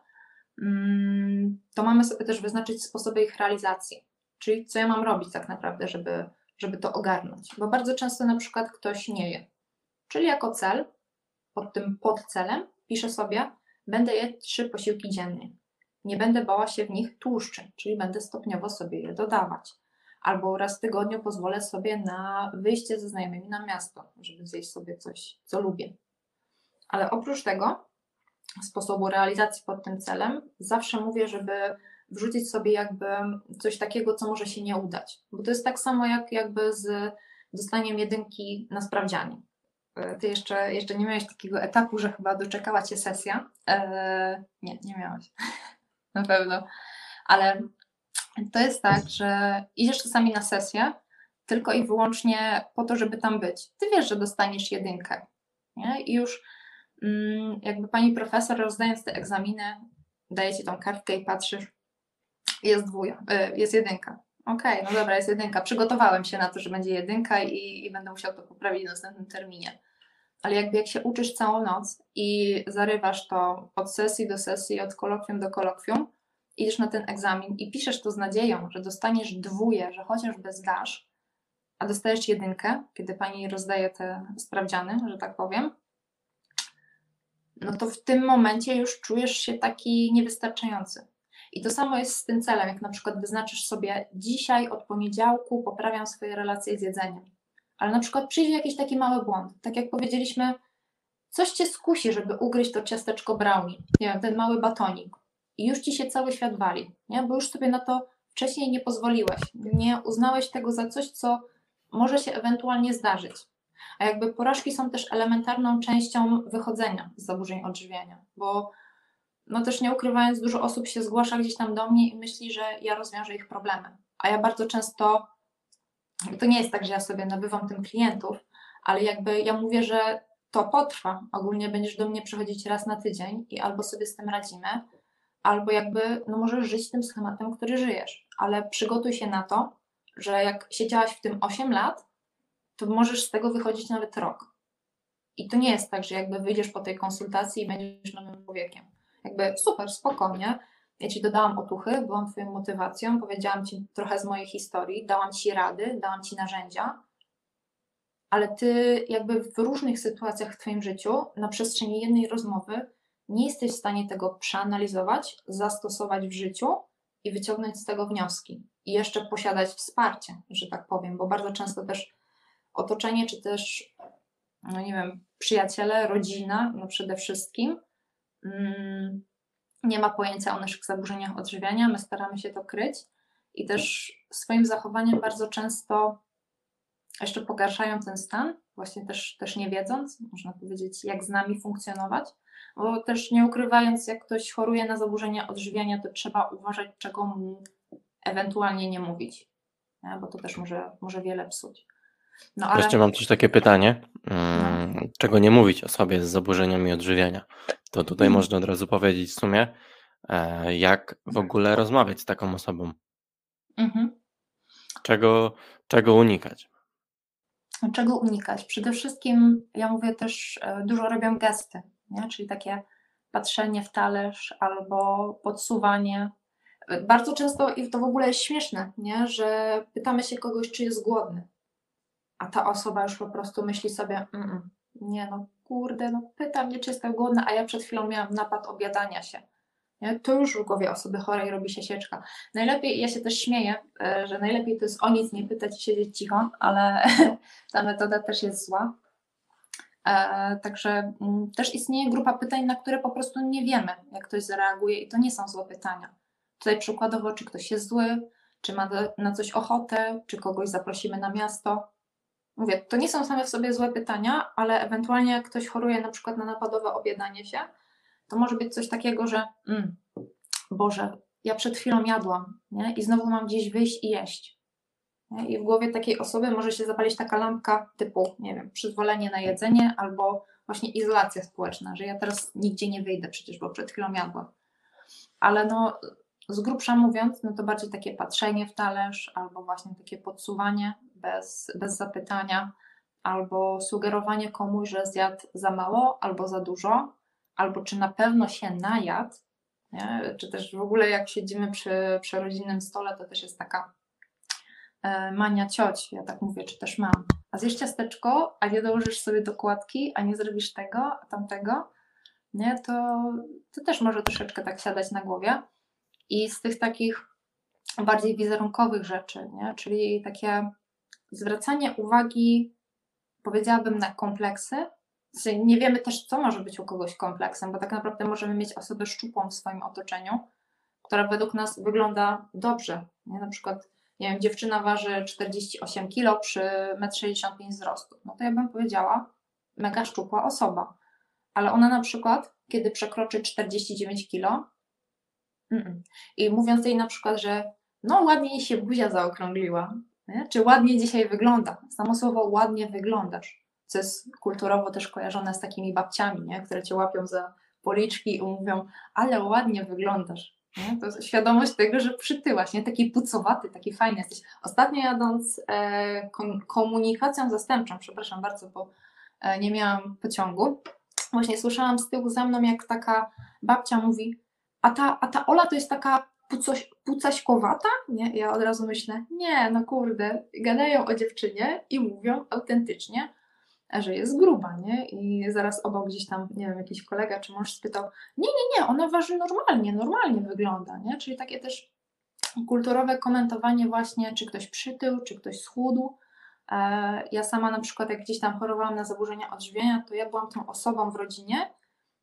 to mamy sobie też wyznaczyć sposoby ich realizacji. Czyli co ja mam robić tak naprawdę, żeby to ogarnąć. Bo bardzo często na przykład ktoś nie je. Czyli jako cel, pod tym podcelem piszę sobie, będę jeść 3 posiłki dziennie. Nie będę bała się w nich tłuszczy, czyli będę stopniowo sobie je dodawać. Albo raz w tygodniu pozwolę sobie na wyjście ze znajomymi na miasto, żeby zjeść sobie coś, co lubię. Ale oprócz tego sposobu realizacji pod tym celem zawsze mówię, żeby wrzucić sobie jakby coś takiego, co może się nie udać. Bo to jest tak samo jak jakby z dostaniem 1 na sprawdzianie. Ty jeszcze nie miałeś takiego etapu, że chyba doczekała cię sesja. Nie miałeś. Na pewno. Ale to jest tak, że idziesz czasami na sesję tylko i wyłącznie po to, żeby tam być. Ty wiesz, że dostaniesz 1, nie? I już jakby pani profesor, rozdając te egzaminy, daje ci tą kartkę i patrzysz, jest 2, jest 1. Okej, no dobra, jest 1. Przygotowałem się na to, że będzie 1 i będę musiał to poprawić w następnym terminie. Ale jakby jak się uczysz całą noc i zarywasz to od sesji do sesji, od kolokwium do kolokwium, idziesz na ten egzamin i piszesz to z nadzieją, że dostaniesz 2, że chociażby zdasz, a dostajesz 1, kiedy pani rozdaje te sprawdziany, że tak powiem, no to w tym momencie już czujesz się taki niewystarczający. I to samo jest z tym celem, jak na przykład wyznaczysz sobie dzisiaj od poniedziałku poprawiam swoje relacje z jedzeniem. Ale na przykład przyjdzie jakiś taki mały błąd. Tak jak powiedzieliśmy, coś cię skusi, żeby ugryźć to ciasteczko brownie, nie wiem, ten mały batonik. I już ci się cały świat wali, nie? Bo już sobie na to wcześniej nie pozwoliłeś. Nie uznałeś tego za coś, co może się ewentualnie zdarzyć. A jakby porażki są też elementarną częścią wychodzenia z zaburzeń odżywiania, bo no też nie ukrywając, dużo osób się zgłasza gdzieś tam do mnie i myśli, że ja rozwiążę ich problemy. A ja bardzo często, to nie jest tak, że ja sobie nabywam tym klientów, ale jakby ja mówię, że to potrwa. Ogólnie będziesz do mnie przychodzić raz na tydzień i albo sobie z tym radzimy, albo jakby no możesz żyć tym schematem, który żyjesz, ale przygotuj się na to, że jak siedziałaś w tym 8 lat, to możesz z tego wychodzić nawet rok. I to nie jest tak, że jakby wyjdziesz po tej konsultacji i będziesz nowym człowiekiem. Jakby super, spokojnie. Ja ci dodałam otuchy, byłam twoją motywacją, powiedziałam ci trochę z mojej historii, dałam ci rady, dałam ci narzędzia, ale ty jakby w różnych sytuacjach w twoim życiu na przestrzeni jednej rozmowy nie jesteś w stanie tego przeanalizować, zastosować w życiu i wyciągnąć z tego wnioski. I jeszcze posiadać wsparcie, że tak powiem, bo bardzo często też otoczenie, czy też, no nie wiem, przyjaciele, rodzina, no przede wszystkim, nie ma pojęcia o naszych zaburzeniach odżywiania, my staramy się to kryć i też swoim zachowaniem bardzo często jeszcze pogarszają ten stan, właśnie też nie wiedząc, można powiedzieć, jak z nami funkcjonować, bo też nie ukrywając, jak ktoś choruje na zaburzenia odżywiania, to trzeba uważać, czego mu ewentualnie nie mówić, nie? Bo to też może wiele psuć. No ale Wreszcie mam też takie pytanie, no, czego nie mówić osobie z zaburzeniami odżywiania? To tutaj można od razu powiedzieć w sumie, jak w ogóle rozmawiać z taką osobą, mhm. czego unikać. Czego unikać? Przede wszystkim ja mówię też, dużo robią gesty, nie? Czyli takie patrzenie w talerz albo podsuwanie. Bardzo często i to w ogóle jest śmieszne, nie? Że pytamy się kogoś, czy jest głodny, a ta osoba już po prostu myśli sobie, nie no kurde, no pyta mnie, czy jestem głodna, a ja przed chwilą miałam napad objadania się. Nie? To już w głowie osoby chorej robi się sieczka. Najlepiej, ja się też śmieję, że najlepiej to jest o nic nie pytać i siedzieć cicho, ale ta metoda też jest zła. Także też istnieje grupa pytań, na które po prostu nie wiemy, jak ktoś zareaguje i to nie są złe pytania. Tutaj przykładowo, czy ktoś jest zły, czy ma na coś ochotę, czy kogoś zaprosimy na miasto. Mówię, to nie są same w sobie złe pytania, ale ewentualnie jak ktoś choruje na przykład na napadowe objadanie się, to może być coś takiego, że Boże, ja przed chwilą jadłam, nie? I znowu mam gdzieś wyjść i jeść. Nie? I w głowie takiej osoby może się zapalić taka lampka typu, nie wiem, przyzwolenie na jedzenie albo właśnie izolacja społeczna, że ja teraz nigdzie nie wyjdę przecież, bo przed chwilą jadłam. Ale no, z grubsza mówiąc, no to bardziej takie patrzenie w talerz albo właśnie takie podsuwanie bez zapytania albo sugerowanie komuś, że zjadł za mało albo za dużo, albo czy na pewno się najadł, nie? Czy też w ogóle jak siedzimy przy rodzinnym stole, to też jest taka mania cioć, ja tak mówię, czy też mam. A zjesz ciasteczko, a nie dołożysz sobie dokładki, a nie zrobisz tego, a tamtego, nie? To też może troszeczkę tak siadać na głowie. I z tych takich bardziej wizerunkowych rzeczy, nie? Czyli takie zwracanie uwagi, powiedziałabym, na kompleksy. Nie wiemy też, co może być u kogoś kompleksem, bo tak naprawdę możemy mieć osobę szczupłą w swoim otoczeniu, która według nas wygląda dobrze. Nie? Na przykład, nie wiem, dziewczyna waży 48 kg przy 1,65 m wzrostu. No to ja bym powiedziała, mega szczupła osoba. Ale ona na przykład, kiedy przekroczy 49 kg, i mówiąc jej na przykład, że no ładnie jej się buzia zaokrągliła, nie? Czy ładnie dzisiaj wygląda. Samo słowo ładnie wyglądasz, co jest kulturowo też kojarzone z takimi babciami, nie? Które cię łapią za policzki i mówią, ale ładnie wyglądasz. Nie? To jest świadomość tego, że przytyłaś, nie? Taki pucowaty, taki fajny jesteś. Ostatnio jadąc komunikacją zastępczą, przepraszam bardzo, bo nie miałam pociągu, właśnie słyszałam z tyłu za mną, jak taka babcia mówi, a ta Ola to jest taka pucaśkowata? Nie? Ja od razu myślę, nie, no kurde, gadają o dziewczynie i mówią autentycznie, że jest gruba, nie? I zaraz obok gdzieś tam, nie wiem, jakiś kolega czy mąż spytał, nie, ona waży normalnie wygląda, nie? Czyli takie też kulturowe komentowanie właśnie, czy ktoś przytył, czy ktoś schudł. Ja sama na przykład, jak gdzieś tam chorowałam na zaburzenia odżywiania, to ja byłam tą osobą w rodzinie,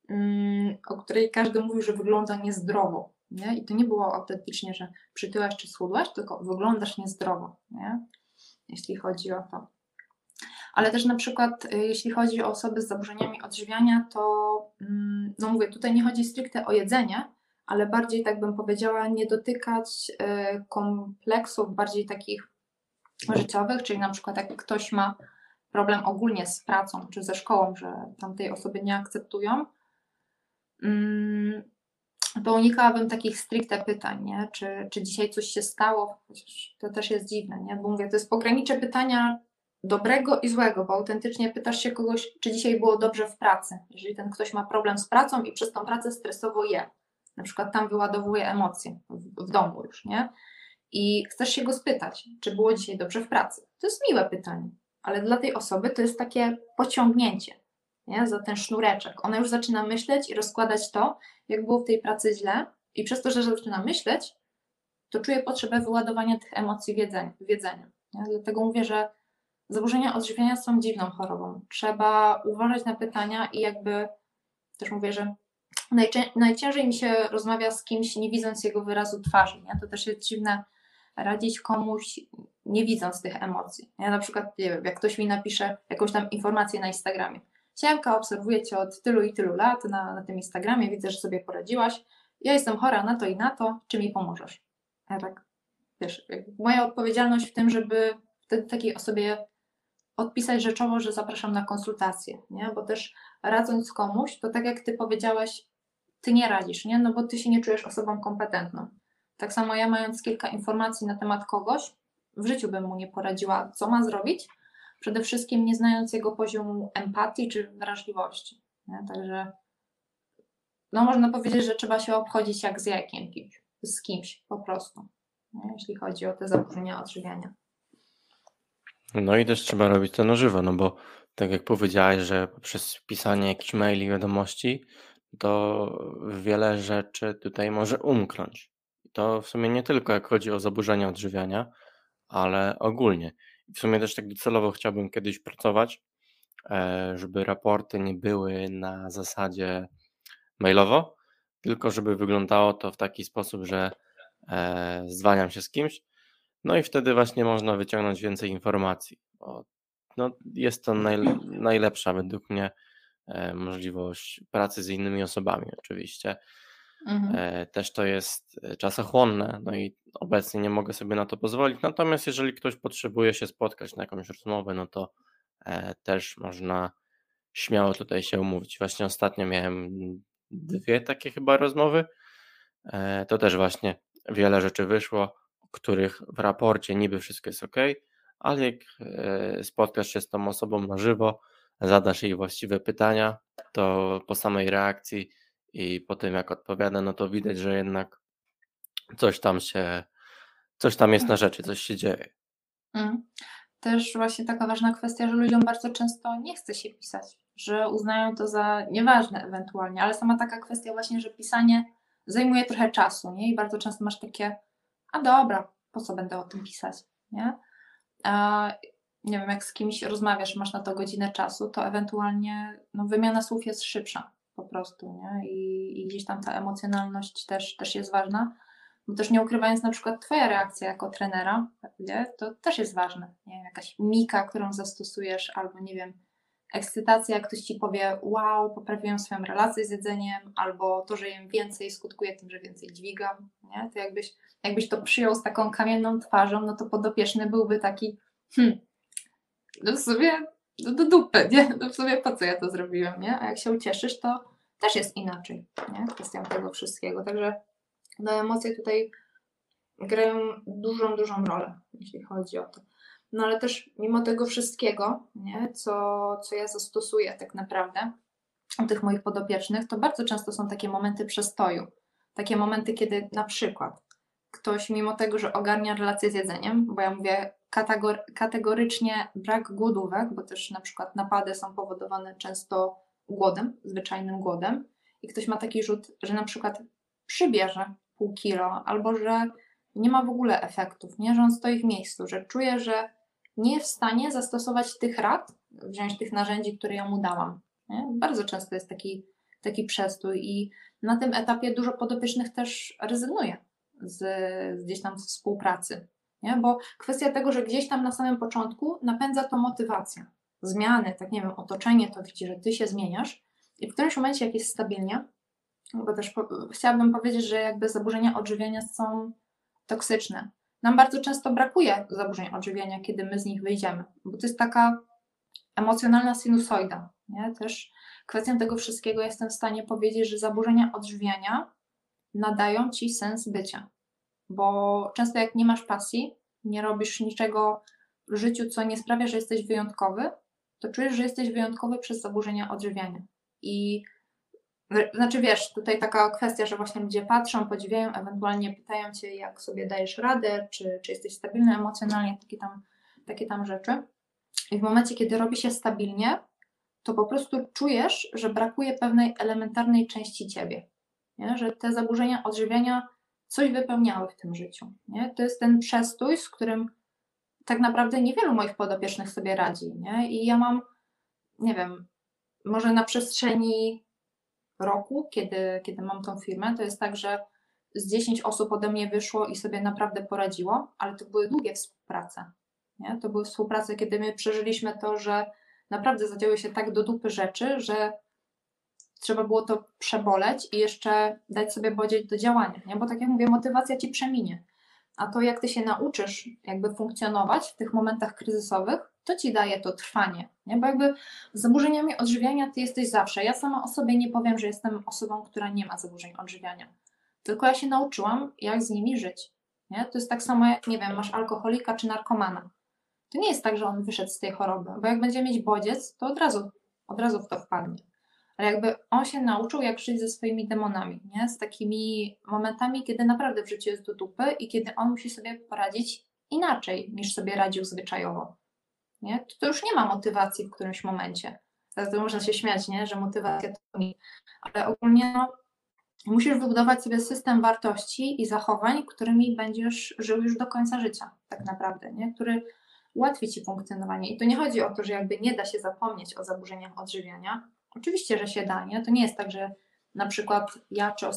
o której każdy mówił, że wygląda niezdrowo. Nie? I to nie było autentycznie, że przytyłaś czy schudłaś, tylko wyglądasz niezdrowo, nie? Jeśli chodzi o to. Ale też na przykład, jeśli chodzi o osoby z zaburzeniami odżywiania, to no mówię, tutaj nie chodzi stricte o jedzenie, ale bardziej, tak bym powiedziała, nie dotykać kompleksów bardziej takich życiowych, czyli na przykład jak ktoś ma problem ogólnie z pracą czy ze szkołą, że tamtej osoby nie akceptują, to unikałabym takich stricte pytań, nie? Czy dzisiaj coś się stało, chociaż to też jest dziwne, nie? Bo mówię, to jest pogranicze pytania dobrego i złego, bo autentycznie pytasz się kogoś, czy dzisiaj było dobrze w pracy. Jeżeli ten ktoś ma problem z pracą i przez tą pracę stresowo je, na przykład tam wyładowuje emocje w domu już, nie? I chcesz się go spytać, czy było dzisiaj dobrze w pracy. To jest miłe pytanie, ale dla tej osoby to jest takie pociągnięcie, nie? Za ten sznureczek. Ona już zaczyna myśleć i rozkładać to, jak było w tej pracy źle, i przez to, że zaczyna myśleć, to czuje potrzebę wyładowania tych emocji w jedzeniu. Nie? Dlatego mówię, że zaburzenia odżywiania są dziwną chorobą. Trzeba uważać na pytania i jakby też mówię, że najciężej mi się rozmawia z kimś, nie widząc jego wyrazu twarzy. Nie? To też jest dziwne radzić komuś, nie widząc tych emocji. Ja na przykład, nie wiem, jak ktoś mi napisze jakąś tam informację na Instagramie. Siemka, obserwuję Cię od tylu i tylu lat na tym Instagramie, widzę, że sobie poradziłaś. Ja jestem chora na to i na to, czy mi pomożesz? Ja tak, wiesz, moja odpowiedzialność w tym, żeby wtedy takiej osobie odpisać rzeczowo, że zapraszam na konsultację, nie? Bo też radząc komuś, to tak jak Ty powiedziałaś, Ty nie radzisz, nie? No bo Ty się nie czujesz osobą kompetentną. Tak samo ja, mając kilka informacji na temat kogoś, w życiu bym mu nie poradziła, co ma zrobić, przede wszystkim nie znając jego poziomu empatii czy wrażliwości, nie? Także no można powiedzieć, że trzeba się obchodzić jak z jajkiem z kimś po prostu, nie? Jeśli chodzi o te zaburzenia odżywiania. No i też trzeba robić to na żywo, no bo tak jak powiedziałeś, że poprzez pisanie jakichś maili, wiadomości, to wiele rzeczy tutaj może umknąć. I to w sumie nie tylko jak chodzi o zaburzenia odżywiania, ale ogólnie. I w sumie też tak docelowo chciałbym kiedyś pracować, żeby raporty nie były na zasadzie mailowo, tylko żeby wyglądało to w taki sposób, że zwaniam się z kimś, no i wtedy właśnie można wyciągnąć więcej informacji. Bo no, jest to najlepsza według mnie możliwość pracy z innymi osobami oczywiście. Też to jest czasochłonne, no i obecnie nie mogę sobie na to pozwolić. Natomiast jeżeli ktoś potrzebuje się spotkać na jakąś rozmowę, no to też można śmiało tutaj się umówić. Właśnie ostatnio miałem 2 takie chyba rozmowy. To też właśnie wiele rzeczy wyszło, o których w raporcie niby wszystko jest ok, ale jak spotkasz się z tą osobą na żywo, zadasz jej właściwe pytania, to po samej reakcji i po tym jak odpowiada, no to widać, że jednak coś tam jest na rzeczy, coś się dzieje. Też właśnie taka ważna kwestia, że ludziom bardzo często nie chce się pisać, że uznają to za nieważne ewentualnie, ale sama taka kwestia właśnie, że pisanie zajmuje trochę czasu, nie? I bardzo często masz takie, a dobra, po co będę o tym pisać, nie? A nie wiem, jak z kimś rozmawiasz, masz na to godzinę czasu, to ewentualnie no, wymiana słów jest szybsza po prostu, nie? I gdzieś tam ta emocjonalność też jest ważna. Bo też nie ukrywając, na przykład Twoja reakcja jako trenera, nie? To też jest ważne. Nie wiem, jakaś mimika, którą zastosujesz, albo nie wiem, ekscytacja, jak ktoś Ci powie, wow, poprawiłem swoją relację z jedzeniem, albo to, że jem więcej, skutkuje tym, że więcej dźwigam, nie? To jakbyś to przyjął z taką kamienną twarzą, no to podopieczny byłby taki, no w sumie do dupy, nie? No w sumie po co ja to zrobiłem, nie? A jak się ucieszysz, to też jest inaczej, nie? Kwestią tego wszystkiego. Także no emocje tutaj grają dużą rolę, jeśli chodzi o to. No ale też mimo tego wszystkiego, nie, co ja zastosuję tak naprawdę u tych moich podopiecznych, to bardzo często są takie momenty przestoju. Takie momenty, kiedy na przykład ktoś mimo tego, że ogarnia relacje z jedzeniem, bo ja mówię kategorycznie brak głodówek, bo też na przykład napady są powodowane często głodem, zwyczajnym głodem, i ktoś ma taki rzut, że na przykład przybierze pół kilo, albo że nie ma w ogóle efektów, nie? Że on stoi w miejscu, że czuje, że nie jest w stanie zastosować tych rad, wziąć tych narzędzi, które ja mu dałam. Nie? Bardzo często jest taki przestój i na tym etapie dużo podopiecznych też rezygnuje z gdzieś tam współpracy. Nie? Bo kwestia tego, że gdzieś tam na samym początku napędza to motywacja, zmiany, tak nie wiem, otoczenie to widzi, że ty się zmieniasz i w którymś momencie, jak jest stabilnie, bo też chciałabym powiedzieć, że jakby zaburzenia odżywiania są toksyczne. Nam bardzo często brakuje zaburzeń odżywiania, kiedy my z nich wyjdziemy, bo to jest taka emocjonalna sinusoida, nie? Też kwestią tego wszystkiego jestem w stanie powiedzieć, że zaburzenia odżywiania nadają ci sens bycia, bo często jak nie masz pasji, nie robisz niczego w życiu, co nie sprawia, że jesteś wyjątkowy, to czujesz, że jesteś wyjątkowy przez zaburzenia odżywiania. I znaczy wiesz, tutaj taka kwestia, że właśnie ludzie patrzą, podziwiają, ewentualnie pytają cię, jak sobie dajesz radę, czy jesteś stabilny emocjonalnie, takie tam rzeczy. I w momencie, kiedy robi się stabilnie, to po prostu czujesz, że brakuje pewnej elementarnej części ciebie, nie? Że te zaburzenia odżywiania coś wypełniały w tym życiu. Nie? To jest ten przestój, z którym tak naprawdę niewielu moich podopiecznych sobie radzi. Nie? I ja mam, nie wiem, może na przestrzeni roku, kiedy mam tą firmę, to jest tak, że z 10 osób ode mnie wyszło i sobie naprawdę poradziło, ale to były długie współprace. Nie? To były współprace, kiedy my przeżyliśmy to, że naprawdę zadziały się tak do dupy rzeczy, że trzeba było to przeboleć i jeszcze dać sobie bodziec do działania, nie? Bo tak jak mówię, motywacja ci przeminie. A to, jak ty się nauczysz jakby funkcjonować w tych momentach kryzysowych, to ci daje to trwanie, nie? Bo jakby z zaburzeniami odżywiania ty jesteś zawsze. Ja sama o sobie nie powiem, że jestem osobą, która nie ma zaburzeń odżywiania. Tylko ja się nauczyłam, jak z nimi żyć, nie? To jest tak samo jak, nie wiem, masz alkoholika czy narkomana. To nie jest tak, że on wyszedł z tej choroby, bo jak będzie mieć bodziec, to od razu w to wpadnie. Ale jakby on się nauczył, jak żyć ze swoimi demonami, nie? Z takimi momentami, kiedy naprawdę w życiu jest do dupy i kiedy on musi sobie poradzić inaczej, niż sobie radził zwyczajowo. Nie? To już nie ma motywacji w którymś momencie. Teraz to można się śmiać, nie? Że motywacja to nie. Ale ogólnie no, musisz wybudować sobie system wartości i zachowań, którymi będziesz żył już do końca życia, tak naprawdę, nie? Który ułatwi ci funkcjonowanie. I to nie chodzi o to, że jakby nie da się zapomnieć o zaburzeniach odżywiania. Oczywiście, że się da, nie? To nie jest tak, że na przykład ja czy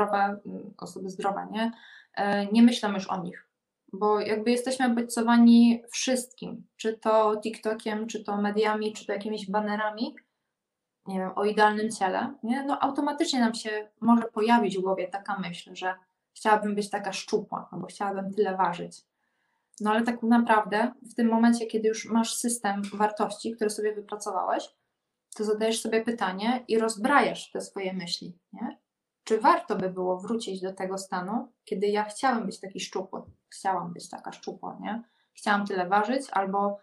osoby zdrowe, nie myślę już o nich, bo jakby jesteśmy bodźcowani wszystkim, czy to TikTokiem, czy to mediami, czy to jakimiś banerami, nie wiem, o idealnym ciele, nie? No automatycznie nam się może pojawić w głowie taka myśl, że chciałabym być taka szczupła, albo chciałabym tyle ważyć. No ale tak naprawdę w tym momencie, kiedy już masz system wartości, który sobie wypracowałeś, to zadajesz sobie pytanie i rozbrajasz te swoje myśli, nie? Czy warto by było wrócić do tego stanu, kiedy ja chciałam być taki szczupły, chciałam być taka szczupła, nie? Chciałam tyle ważyć, albo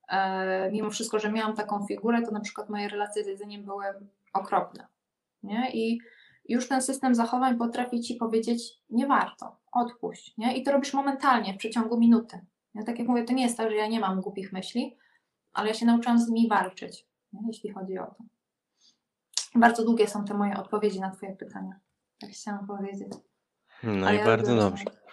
mimo wszystko, że miałam taką figurę, to na przykład moje relacje z jedzeniem były okropne, nie? I już ten system zachowań potrafi ci powiedzieć, nie warto, odpuść, nie? I to robisz momentalnie, w przeciągu minuty. Ja, tak jak mówię, to nie jest tak, że ja nie mam głupich myśli, ale ja się nauczyłam z nimi walczyć, nie? Jeśli chodzi o to. Bardzo długie są te moje odpowiedzi na twoje pytania. Tak chciałam powiedzieć. No Ale i ja bardzo lubię dobrze. rozmawiać.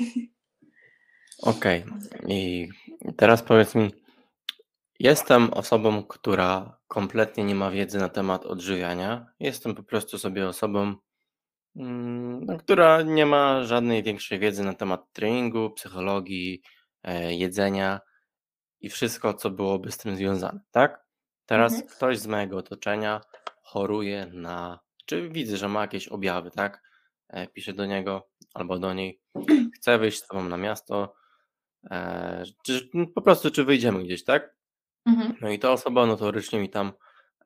Okej. I teraz powiedz mi, jestem osobą, która kompletnie nie ma wiedzy na temat odżywiania. Jestem po prostu sobie osobą, no, która nie ma żadnej większej wiedzy na temat treningu, psychologii, jedzenia i wszystko, co byłoby z tym związane, tak? Teraz ktoś z mojego otoczenia choruje czy widzę, że ma jakieś objawy, tak? Piszę do niego albo do niej, chcę wyjść z tobą na miasto, po prostu czy wyjdziemy gdzieś, tak? No i ta osoba notorycznie mi tam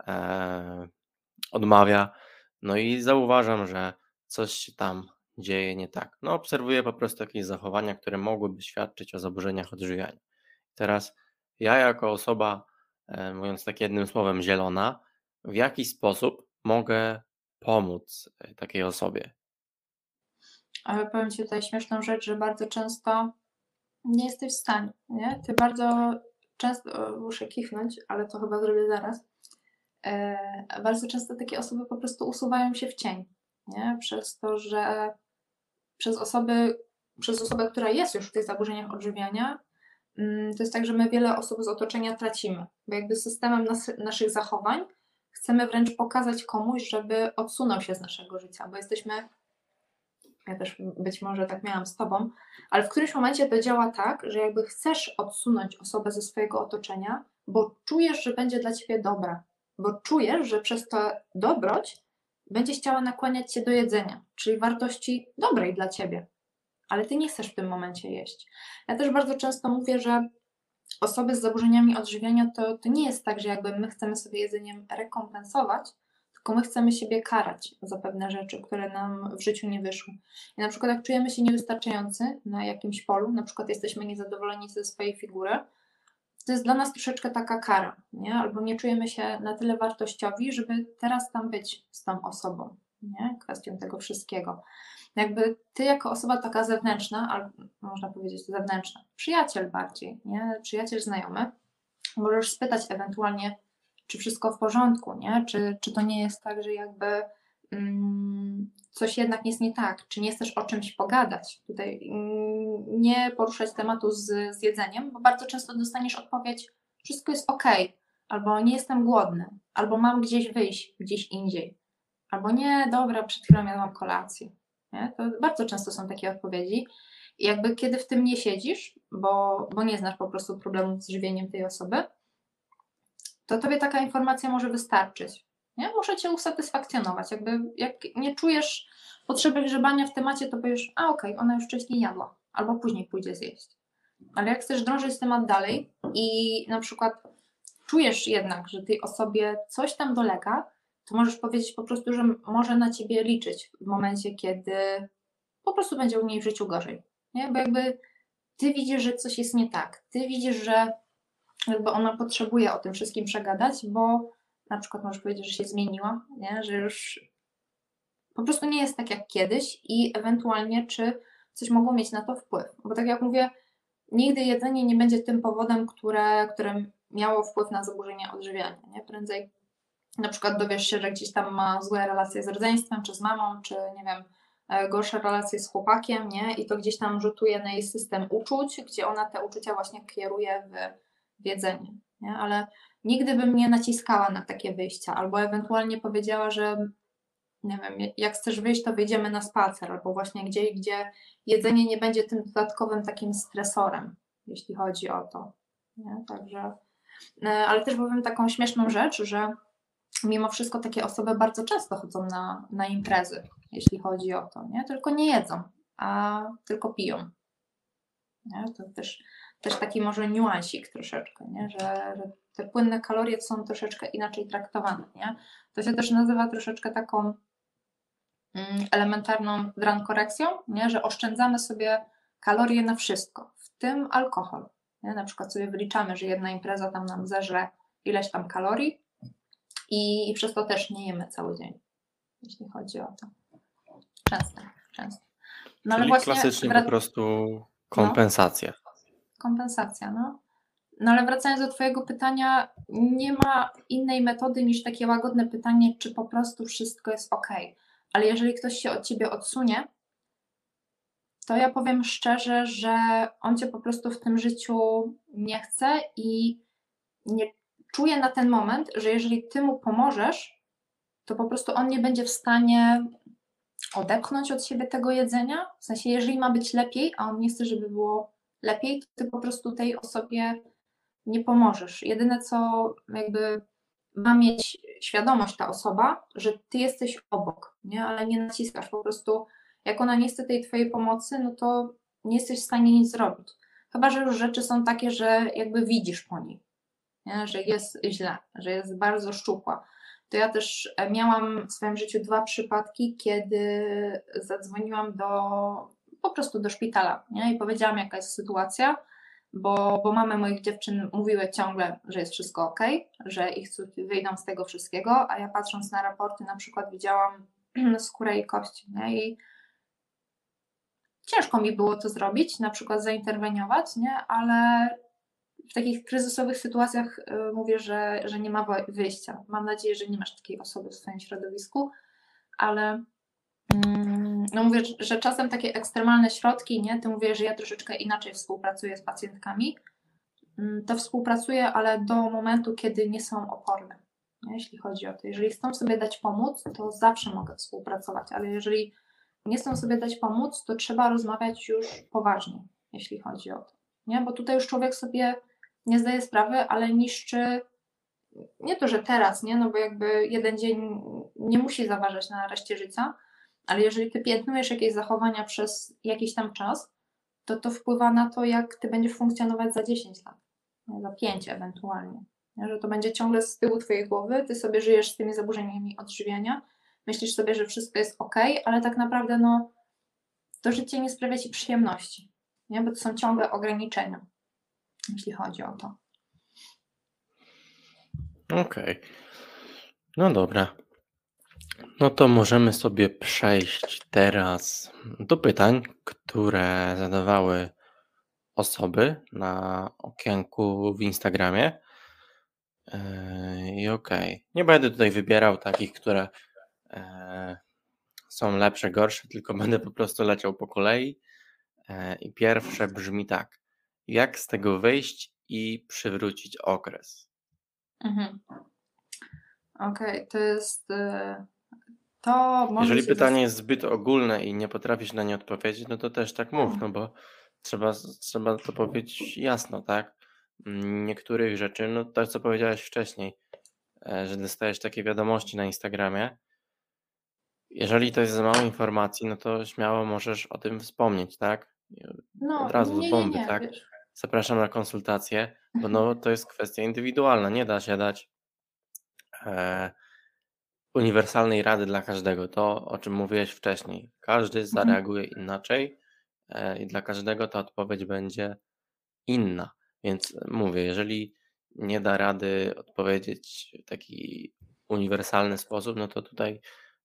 odmawia, no i zauważam, że coś się tam dzieje nie tak. No obserwuję po prostu jakieś zachowania, które mogłyby świadczyć o zaburzeniach odżywiania. Teraz ja jako osoba, mówiąc tak jednym słowem, zielona, w jaki sposób mogę pomóc takiej osobie? Ale powiem ci tutaj śmieszną rzecz, że bardzo często nie jesteś w stanie, nie? Ty bardzo często, muszę kichnąć, ale to chyba zrobię zaraz. Bardzo często takie osoby po prostu usuwają się w cień, nie? Przez to, że przez osobę, która jest już w tych zaburzeniach odżywiania, to jest tak, że my wiele osób z otoczenia tracimy, bo jakby systemem naszych zachowań chcemy wręcz pokazać komuś, żeby odsunął się z naszego życia, bo jesteśmy, ja też być może tak miałam z tobą, ale w którymś momencie to działa tak, że jakby chcesz odsunąć osobę ze swojego otoczenia, bo czujesz, że będzie dla ciebie dobra, bo czujesz, że przez to dobroć będzie chciała nakłaniać cię do jedzenia, czyli wartości dobrej dla ciebie, ale ty nie chcesz w tym momencie jeść. Ja też bardzo często mówię, że osoby z zaburzeniami odżywiania to nie jest tak, że jakby my chcemy sobie jedzeniem rekompensować, tylko my chcemy siebie karać za pewne rzeczy, które nam w życiu nie wyszły. I na przykład jak czujemy się niewystarczający na jakimś polu, na przykład jesteśmy niezadowoleni ze swojej figury, to jest dla nas troszeczkę taka kara, nie? Albo nie czujemy się na tyle wartościowi, żeby teraz tam być z tą osobą, nie? Kwestią tego wszystkiego. Jakby ty jako osoba taka zewnętrzna, albo można powiedzieć zewnętrzna, przyjaciel bardziej, nie? Przyjaciel, znajomy, możesz spytać ewentualnie, czy wszystko w porządku, nie? Czy to nie jest tak, że jakby coś jednak jest nie tak, czy nie chcesz o czymś pogadać. Tutaj nie poruszać tematu z jedzeniem, bo bardzo często dostaniesz odpowiedź, wszystko jest ok, albo nie jestem głodny, albo mam gdzieś wyjść, gdzieś indziej, albo nie, dobra, przed chwilą jadłam kolację. Nie? To bardzo często są takie odpowiedzi. I jakby kiedy w tym nie siedzisz, bo nie znasz po prostu problemów z żywieniem tej osoby, to tobie taka informacja może wystarczyć. Nie? Muszę cię usatysfakcjonować. Jakby jak nie czujesz potrzeby grzebania w temacie, to powiesz, a okej, ona już wcześniej jadła, albo później pójdzie zjeść. Ale jak chcesz drążyć temat dalej i na przykład czujesz jednak, że tej osobie coś tam dolega, to możesz powiedzieć po prostu, że może na ciebie liczyć w momencie, kiedy po prostu będzie u niej w życiu gorzej. Nie? Bo jakby ty widzisz, że coś jest nie tak. Ty widzisz, że jakby ona potrzebuje o tym wszystkim przegadać, bo na przykład możesz powiedzieć, że się zmieniła, nie? Że już po prostu nie jest tak jak kiedyś i ewentualnie czy coś mogło mieć na to wpływ. Bo tak jak mówię, nigdy jedzenie nie będzie tym powodem, które miało wpływ na zaburzenia odżywiania. Nie? Prędzej na przykład dowiesz się, że gdzieś tam ma złe relacje z rodzeństwem, czy z mamą, czy nie wiem, gorsze relacje z chłopakiem, nie? I to gdzieś tam rzutuje na jej system uczuć, gdzie ona te uczucia właśnie kieruje w jedzenie, nie? Ale nigdy bym nie naciskała na takie wyjścia, albo ewentualnie powiedziała, że nie wiem, jak chcesz wyjść, to wyjdziemy na spacer, albo właśnie gdzie jedzenie nie będzie tym dodatkowym takim stresorem, jeśli chodzi o to, nie? Także, ale też powiem taką śmieszną rzecz, że mimo wszystko takie osoby bardzo często chodzą na imprezy, jeśli chodzi o to, nie? Tylko nie jedzą, a tylko piją. Nie? To też taki może niuansik troszeczkę, nie? Że te płynne kalorie są troszeczkę inaczej traktowane. Nie? To się też nazywa troszeczkę taką elementarną drankorekcją, nie? Że oszczędzamy sobie kalorie na wszystko, w tym alkohol. Nie? Na przykład sobie wyliczamy, że jedna impreza tam nam zeżre ileś tam kalorii, i przez to też nie jemy cały dzień, jeśli chodzi o to. Często. No Czyli ale właśnie klasycznie po prostu kompensacja. Kompensacja, no. No ale wracając do twojego pytania, nie ma innej metody niż takie łagodne pytanie, czy po prostu wszystko jest ok. Ale jeżeli ktoś się od ciebie odsunie, to ja powiem szczerze, że on cię po prostu w tym życiu nie chce i nie czuje na ten moment, że jeżeli ty mu pomożesz, to po prostu on nie będzie w stanie odepchnąć od siebie tego jedzenia. W sensie, jeżeli ma być lepiej, a on nie chce, żeby było lepiej, to ty po prostu tej osobie nie pomożesz. Jedyne, co jakby ma mieć świadomość ta osoba, że ty jesteś obok, nie? Ale nie naciskasz. Po prostu jak ona nie chce tej twojej pomocy, no to nie jesteś w stanie nic zrobić. Chyba że już rzeczy są takie, że jakby widzisz po niej, nie? Że jest źle, że jest bardzo szczupła. To ja też miałam w swoim życiu 2 przypadki, kiedy zadzwoniłam po prostu do szpitala, nie? I powiedziałam, jaka jest sytuacja, bo mamy moich dziewczyn mówiły ciągle, że jest wszystko ok, że ich córki wyjdą z tego wszystkiego, a ja patrząc na raporty na przykład widziałam skórę i kości, nie? I ciężko mi było to zrobić, na przykład zainterweniować, nie? Ale w takich kryzysowych sytuacjach mówię, że nie ma wyjścia. Mam nadzieję, że nie masz takiej osoby w swoim środowisku, ale no mówię, że czasem takie ekstremalne środki, nie? Ty mówisz, że ja troszeczkę inaczej współpracuję z pacjentkami, to współpracuję, ale do momentu, kiedy nie są oporne, nie? Jeśli chodzi o to. Jeżeli chcą sobie dać pomóc, to zawsze mogę współpracować, ale jeżeli nie chcą sobie dać pomóc, to trzeba rozmawiać już poważnie, jeśli chodzi o to. Nie? Bo tutaj już człowiek sobie nie zdaje sprawy, ale niszczy nie to, że teraz, nie? No bo jakby jeden dzień nie musi zaważać na reszcie życia, ale jeżeli ty piętnujesz jakieś zachowania przez jakiś tam czas, to wpływa na to, jak ty będziesz funkcjonować za 10 lat. zapięcie ewentualnie, nie? Że to będzie ciągle z tyłu twojej głowy, ty sobie żyjesz z tymi zaburzeniami odżywiania, myślisz sobie, że wszystko jest ok, ale tak naprawdę to życie nie sprawia ci przyjemności, nie? Bo to są ciągle ograniczenia, jeśli chodzi o to. Okej. No dobra. No to możemy sobie przejść teraz do pytań, które zadawały osoby na okienku w Instagramie. I okej. Nie będę tutaj wybierał takich, które są lepsze, gorsze, tylko będę po prostu leciał po kolei. I pierwsze brzmi tak. Jak z tego wyjść i przywrócić okres? Okej, to jest... To może Jeżeli się pytanie jest zbyt ogólne i nie potrafisz na nie odpowiedzieć, no to też tak mów, no bo trzeba to powiedzieć jasno, tak? Niektórych rzeczy, no to co powiedziałeś wcześniej, że dostajesz takie wiadomości na Instagramie. Jeżeli to jest za mało informacji, no to śmiało możesz o tym wspomnieć, tak? Od razu z bomby, nie, tak? wiesz. Zapraszam na konsultację, bo no to jest kwestia indywidualna, nie da się dać uniwersalnej rady dla każdego. To, o czym mówiłeś wcześniej. Każdy zareaguje inaczej i dla każdego ta odpowiedź będzie inna. Więc mówię, jeżeli nie da rady odpowiedzieć w taki uniwersalny sposób, no to tutaj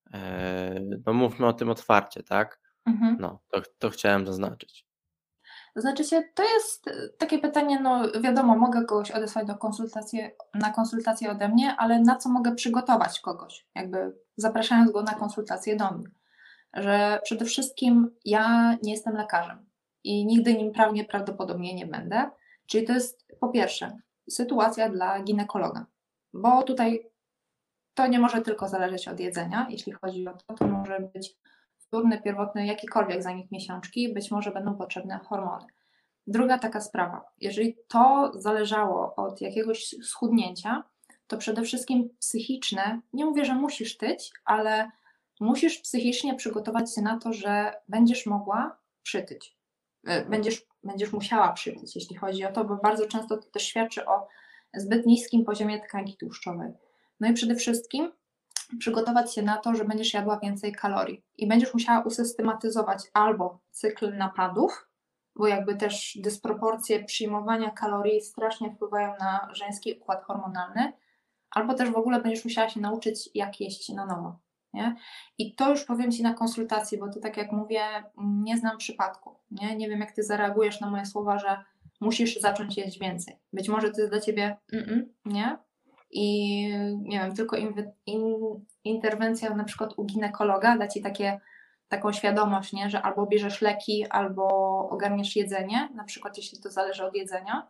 no mówmy o tym otwarcie, tak? No, to chciałem zaznaczyć. To znaczy się, to jest takie pytanie, wiadomo, mogę kogoś odesłać na konsultację ode mnie, ale na co mogę przygotować kogoś, jakby zapraszając go na konsultację do mnie. Że przede wszystkim ja nie jestem lekarzem i nigdy nim prawdopodobnie nie będę. Czyli to jest po pierwsze sytuacja dla ginekologa, bo tutaj to nie może tylko zależeć od jedzenia, jeśli chodzi o to może być wtórny, pierwotny, jakikolwiek zanik miesiączki, być może będą potrzebne hormony. Druga taka sprawa, jeżeli to zależało od jakiegoś schudnięcia, to przede wszystkim psychiczne, nie mówię, że musisz tyć, ale musisz psychicznie przygotować się na to, że będziesz mogła przytyć. Będziesz musiała przytyć, jeśli chodzi o to, bo bardzo często to też świadczy o zbyt niskim poziomie tkanki tłuszczowej. No i przede wszystkim przygotować się na to, że będziesz jadła więcej kalorii i będziesz musiała usystematyzować albo cykl napadów, bo jakby też dysproporcje przyjmowania kalorii strasznie wpływają na żeński układ hormonalny, albo też w ogóle będziesz musiała się nauczyć, jak jeść na nowo. Nie? I to już powiem Ci na konsultacji, bo to tak jak mówię, nie znam przypadku. Nie wiem, jak Ty zareagujesz na moje słowa, że musisz zacząć jeść więcej. Być może to jest dla Ciebie nie? I nie wiem, tylko interwencja na przykład u ginekologa da Ci taką świadomość, nie? Że albo bierzesz leki, albo ogarniesz jedzenie, na przykład jeśli to zależy od jedzenia,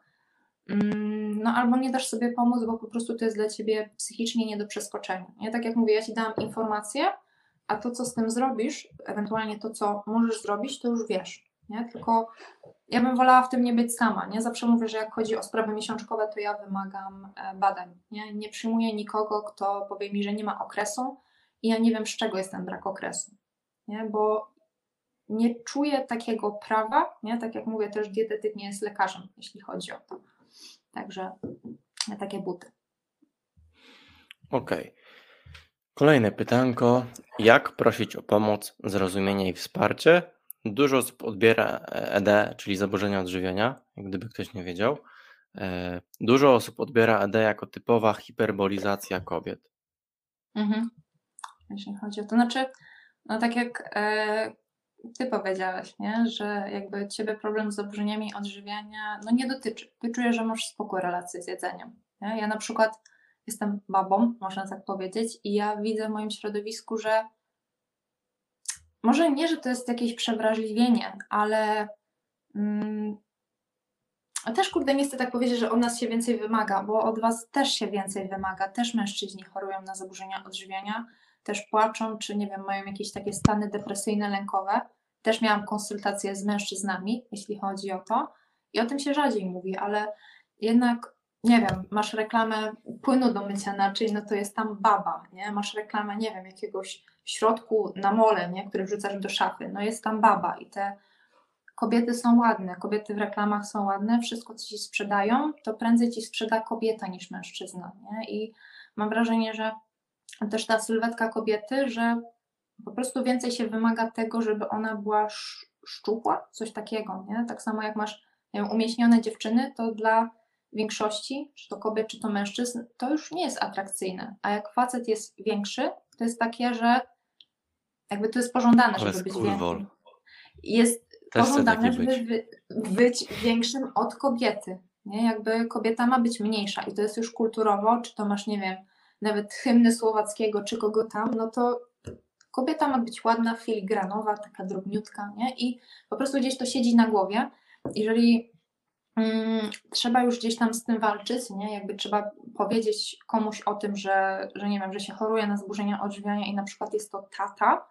no albo nie dasz sobie pomóc, bo po prostu to jest dla Ciebie psychicznie nie do przeskoczenia. Nie? Tak jak mówię, ja Ci dałam informację, a to, co z tym zrobisz, ewentualnie to, co możesz zrobić, to już wiesz. Nie? Tylko ja bym wolała w tym nie być sama. Nie? Zawsze mówię, że jak chodzi o sprawy miesiączkowe, to ja wymagam badań. Nie przyjmuję nikogo, kto powie mi, że nie ma okresu i ja nie wiem, z czego jest ten brak okresu. Nie? Bo nie czuję takiego prawa, nie? Tak jak mówię, też dietetyk nie jest lekarzem, jeśli chodzi o to. Także takie buty. Okej. Kolejne pytanko. Jak prosić o pomoc, zrozumienie i wsparcie? Dużo osób odbiera ED, czyli zaburzenia odżywiania, jak gdyby ktoś nie wiedział. Dużo osób odbiera ED jako typowa hiperbolizacja kobiet. Jeśli chodzi o to. Znaczy, tak jak Ty powiedziałeś, nie? Że jakby Ciebie problem z zaburzeniami odżywiania nie dotyczy. Ty czujesz, że masz spokój relacje z jedzeniem. Nie? Ja na przykład jestem babą, można tak powiedzieć, i ja widzę w moim środowisku, że może nie, że to jest jakieś przewrażliwienie, ale też nie chcę tak powiedzieć, że od nas się więcej wymaga, bo od Was też się więcej wymaga. Też mężczyźni chorują na zaburzenia odżywiania, też płaczą, czy nie wiem, mają jakieś takie stany depresyjne, lękowe. Też miałam konsultacje z mężczyznami, jeśli chodzi o to. I o tym się rzadziej mówi, ale jednak, nie wiem, masz reklamę płynu do mycia naczyń, no to jest tam baba, nie? Masz reklamę, nie wiem, jakiegoś środku na mole, nie? Który wrzucasz do szafy, no jest tam baba i te kobiety są ładne, kobiety w reklamach są ładne, wszystko co ci sprzedają, to prędzej ci sprzeda kobieta niż mężczyzna, nie? I mam wrażenie, że też ta sylwetka kobiety, że po prostu więcej się wymaga tego, żeby ona była szczupła, coś takiego, nie? Tak samo jak masz, nie wiem, umieśnione dziewczyny, to dla większości, czy to kobiet, czy to mężczyzn, to już nie jest atrakcyjne. A jak facet jest większy, to jest takie, że jakby to jest pożądane, Ale żeby być skurwol. większym. Jest Też chcę pożądane, taki żeby być większym od kobiety. Nie? Jakby kobieta ma być mniejsza i to jest już kulturowo, czy to masz, nie wiem, nawet hymny słowackiego, czy kogo tam, no to kobieta ma być ładna, filigranowa, taka drobniutka, nie? I po prostu gdzieś to siedzi na głowie. Jeżeli trzeba już gdzieś tam z tym walczyć, nie? Jakby trzeba powiedzieć komuś o tym, że nie wiem, że się choruje na zaburzenia odżywiania i na przykład jest to tata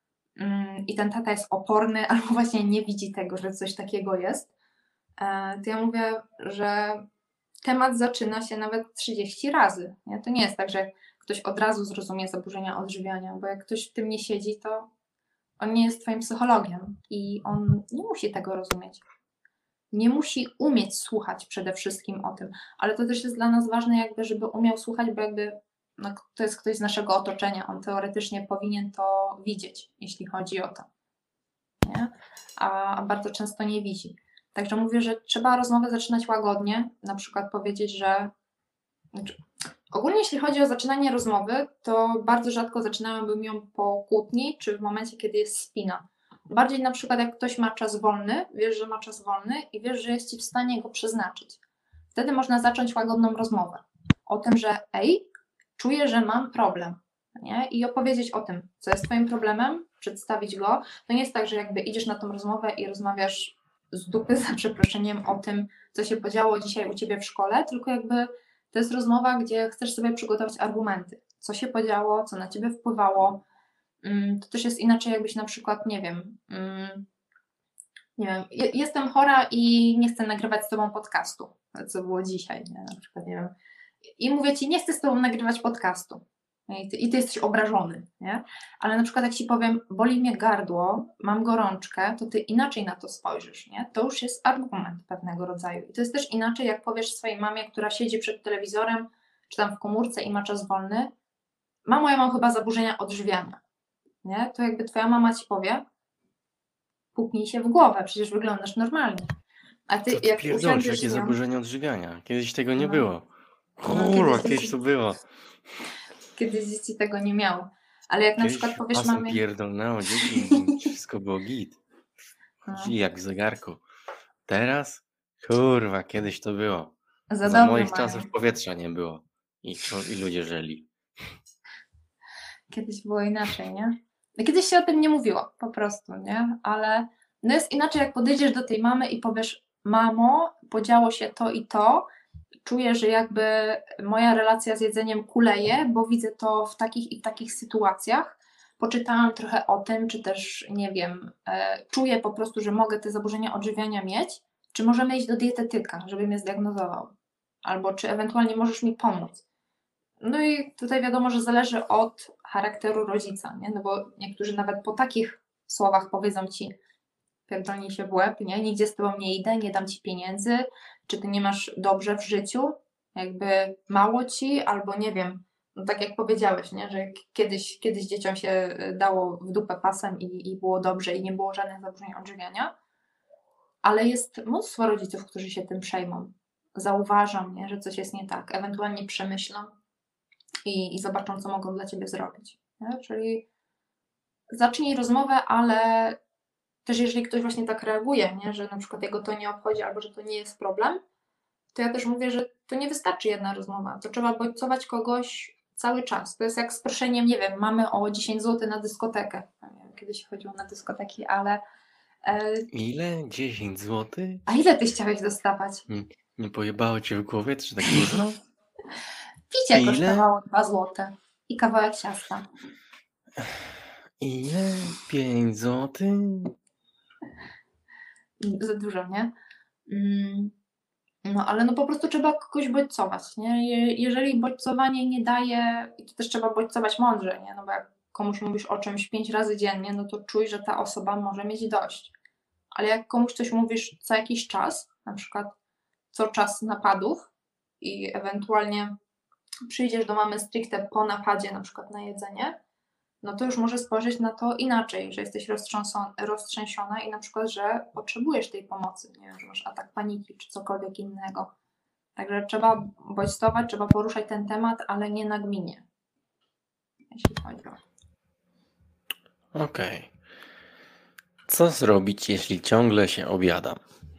i ten tata jest oporny albo właśnie nie widzi tego, że coś takiego jest, to ja mówię, że temat zaczyna się nawet 30 razy. Nie? To nie jest tak, że ktoś od razu zrozumie zaburzenia odżywiania, bo jak ktoś w tym nie siedzi, to on nie jest twoim psychologiem i on nie musi tego rozumieć. Nie musi umieć słuchać przede wszystkim o tym, ale to też jest dla nas ważne, jakby, żeby umiał słuchać, bo jakby no, to jest ktoś z naszego otoczenia, on teoretycznie powinien to widzieć, jeśli chodzi o to, nie? A bardzo często nie widzi. Także mówię, że trzeba rozmowę zaczynać łagodnie, na przykład powiedzieć, że ogólnie jeśli chodzi o zaczynanie rozmowy, to bardzo rzadko zaczynałabym ją po kłótni, czy w momencie, kiedy jest spina. Bardziej na przykład jak ktoś ma czas wolny, wiesz, że ma czas wolny i wiesz, że jest ci w stanie go przeznaczyć. Wtedy można zacząć łagodną rozmowę o tym, że czuję, że mam problem, nie? I opowiedzieć o tym, co jest twoim problemem, przedstawić go. To nie jest tak, że jakby idziesz na tą rozmowę i rozmawiasz z dupy, za przeproszeniem, o tym, co się podziało dzisiaj u ciebie w szkole, tylko jakby to jest rozmowa, gdzie chcesz sobie przygotować argumenty, co się podziało, co na ciebie wpływało. To też jest inaczej, jakbyś na przykład, nie wiem, jestem chora i nie chcę nagrywać z tobą podcastu, co było dzisiaj, nie? Na przykład, nie wiem, i mówię ci, nie chcę z tobą nagrywać podcastu i ty jesteś obrażony, nie? Ale na przykład jak ci powiem, boli mnie gardło, mam gorączkę, to ty inaczej na to spojrzysz, nie? To już jest argument pewnego rodzaju i to jest też inaczej, jak powiesz swojej mamie, która siedzi przed telewizorem, czy tam w komórce i ma czas wolny, mamo, ja mam chyba zaburzenia odżywiania, nie? To jakby twoja mama ci powie, puknij się w głowę, przecież wyglądasz normalnie. A ty, Co ty jak pierdolisz, usiądziesz jakie z nią, zaburzenie odżywiania? Kiedyś tego nie no, było. no, Kurwa, kiedyś to było. kiedyś dzieci tego nie miały. Ale jak na przykład Kiedyś powiesz pasem mamie, pierdolnęło dzieci i wszystko było git. no, Chodzi jak w zegarku. Teraz? Kurwa, kiedyś to było. za Za dobrze moich mają. czasów powietrza nie było. I ludzie żyli. Kiedyś było inaczej, nie? No, kiedyś się o tym nie mówiło, po prostu, nie? Ale no jest inaczej, jak podejdziesz do tej mamy i powiesz, mamo, podziało się to i to, czuję, że jakby moja relacja z jedzeniem kuleje, bo widzę to w takich i w takich sytuacjach. Poczytałam trochę o tym, czy też, nie wiem, czuję po prostu, że mogę te zaburzenia odżywiania mieć, czy możemy iść do dietetyka, żeby mnie zdiagnozował, albo czy ewentualnie możesz mi pomóc. No i tutaj wiadomo, że zależy od charakteru rodzica, nie? No bo niektórzy nawet po takich słowach powiedzą ci, pierdolnij się w łeb, nie? Nigdzie z tobą nie idę, nie dam ci pieniędzy, czy ty nie masz dobrze w życiu, jakby mało ci, albo nie wiem, no tak jak powiedziałeś, nie? Że kiedyś dzieciom się dało w dupę pasem i było dobrze i nie było żadnych zaburzeń odżywiania, ale jest mnóstwo rodziców, którzy się tym przejmą, zauważą, nie? Że coś jest nie tak, ewentualnie przemyślą i zobaczą, co mogą dla ciebie zrobić, nie? Czyli zacznij rozmowę, ale też jeżeli ktoś właśnie tak reaguje, nie? Że na przykład jego to nie obchodzi albo że to nie jest problem, to ja też mówię, że to nie wystarczy jedna rozmowa, to trzeba bodźcować kogoś cały czas. To jest jak z proszeniem, nie wiem, mamy o 10 zł na dyskotekę. Nie wiem, kiedyś chodziło na dyskoteki, ale Ile? 10 zł? a ile ty chciałeś dostawać? Nie pojebało cię w głowie, czy tak dużo? Picie Ile? kosztowało 2 zł i kawałek ciasta. Ile? 5 zł? Za dużo, nie? No ale no po prostu trzeba kogoś bodźcować, nie? Jeżeli bodźcowanie nie daje, i to też trzeba bodźcować mądrze, nie? No bo jak komuś mówisz o czymś 5 razy dziennie, no to czuj, że ta osoba może mieć dość. ale jak komuś coś mówisz co jakiś czas, na przykład co czas napadów i ewentualnie przyjdziesz do mamy stricte po napadzie, na przykład na jedzenie, no to już może spojrzeć na to inaczej, że jesteś roztrzęsiona i na przykład, że potrzebujesz tej pomocy, nie wiem, że masz atak paniki czy cokolwiek innego. Także trzeba bodźcować, trzeba poruszać ten temat, ale nie nagminnie, jeśli chodzi o... Okej. Co zrobić, jeśli ciągle się objadam?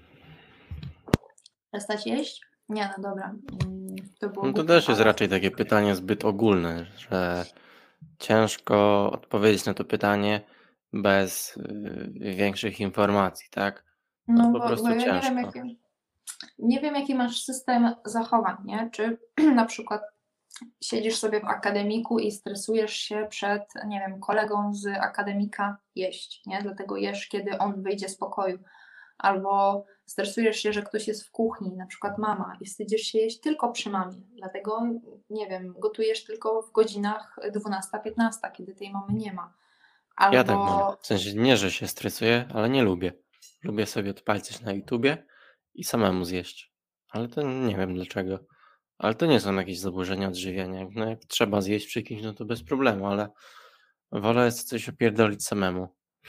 Przestać jeść? Nie, no dobra. To było No to głupie, też jest ale... raczej takie pytanie zbyt ogólne, że ciężko odpowiedzieć na to pytanie bez większych informacji, tak? No No po bo prostu ja ciężko. nie wiem, jaki masz system zachowań, nie? Czy na przykład siedzisz sobie w akademiku i stresujesz się przed, nie wiem, kolegą z akademika jeść, nie? Dlatego jesz, kiedy on wyjdzie z pokoju. Albo stresujesz się, że ktoś jest w kuchni, na przykład mama, i wstydzisz się jeść tylko przy mamie. Dlatego, nie wiem, gotujesz tylko w godzinach 12-15, kiedy tej mamy nie ma. Ja tak mam. Albo W sensie nie, że się stresuję, ale nie lubię. Lubię sobie odpalić coś na YouTubie i samemu zjeść. Ale to nie wiem dlaczego. Ale to nie są jakieś zaburzenia odżywiania. No jak trzeba zjeść przy kimś, no to bez problemu, ale wolę coś opierdolić samemu.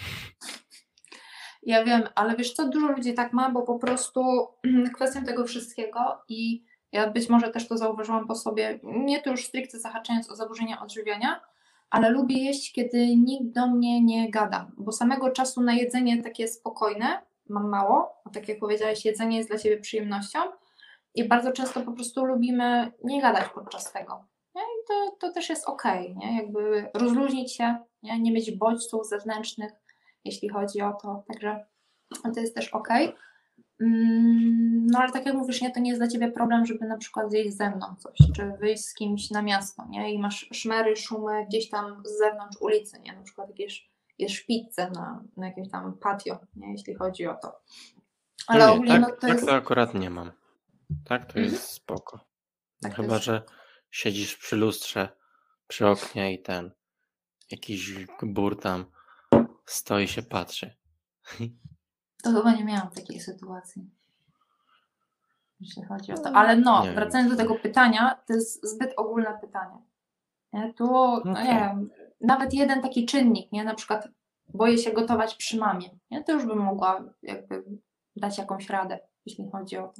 ja wiem, ale wiesz co, dużo ludzi tak ma, bo po prostu kwestią tego wszystkiego i ja być może też to zauważyłam po sobie, nie to już stricte zahaczając o zaburzenia odżywiania, ale lubię jeść, kiedy nikt do mnie nie gada, bo samego czasu na jedzenie takie spokojne mam mało, a tak jak powiedziałeś, jedzenie jest dla Ciebie przyjemnością i bardzo często po prostu lubimy nie gadać podczas tego. Nie? I to też jest okej, nie? Jakby rozluźnić się, nie mieć bodźców zewnętrznych, jeśli chodzi o to. Także to jest też okej. No ale tak jak mówisz, nie, to nie jest dla Ciebie problem, żeby na przykład zjeść ze mną coś, czy wyjść z kimś na miasto, nie? I masz szmery, szumy gdzieś tam z zewnątrz ulicy, nie? Na przykład jesz pizzę na jakimś tam patio, nie? Jeśli chodzi o to. Ale Nie, ogólnie no to tak jest... to akurat nie mam. Tak to Mhm. jest spoko. No Tak to chyba, jest... że siedzisz przy lustrze, przy oknie i jakiś gbur tam stoi się patrzy. To chyba nie miałam takiej sytuacji, jeśli chodzi o to. Ale no, Nie wiem. wracając do tego pytania, to jest zbyt ogólne pytanie. Nie? Tu, no nie Okej. wiem, nawet jeden taki czynnik, nie? Na przykład boję się gotować przy mamie, nie? To już bym mogła jakby dać jakąś radę, jeśli chodzi o to.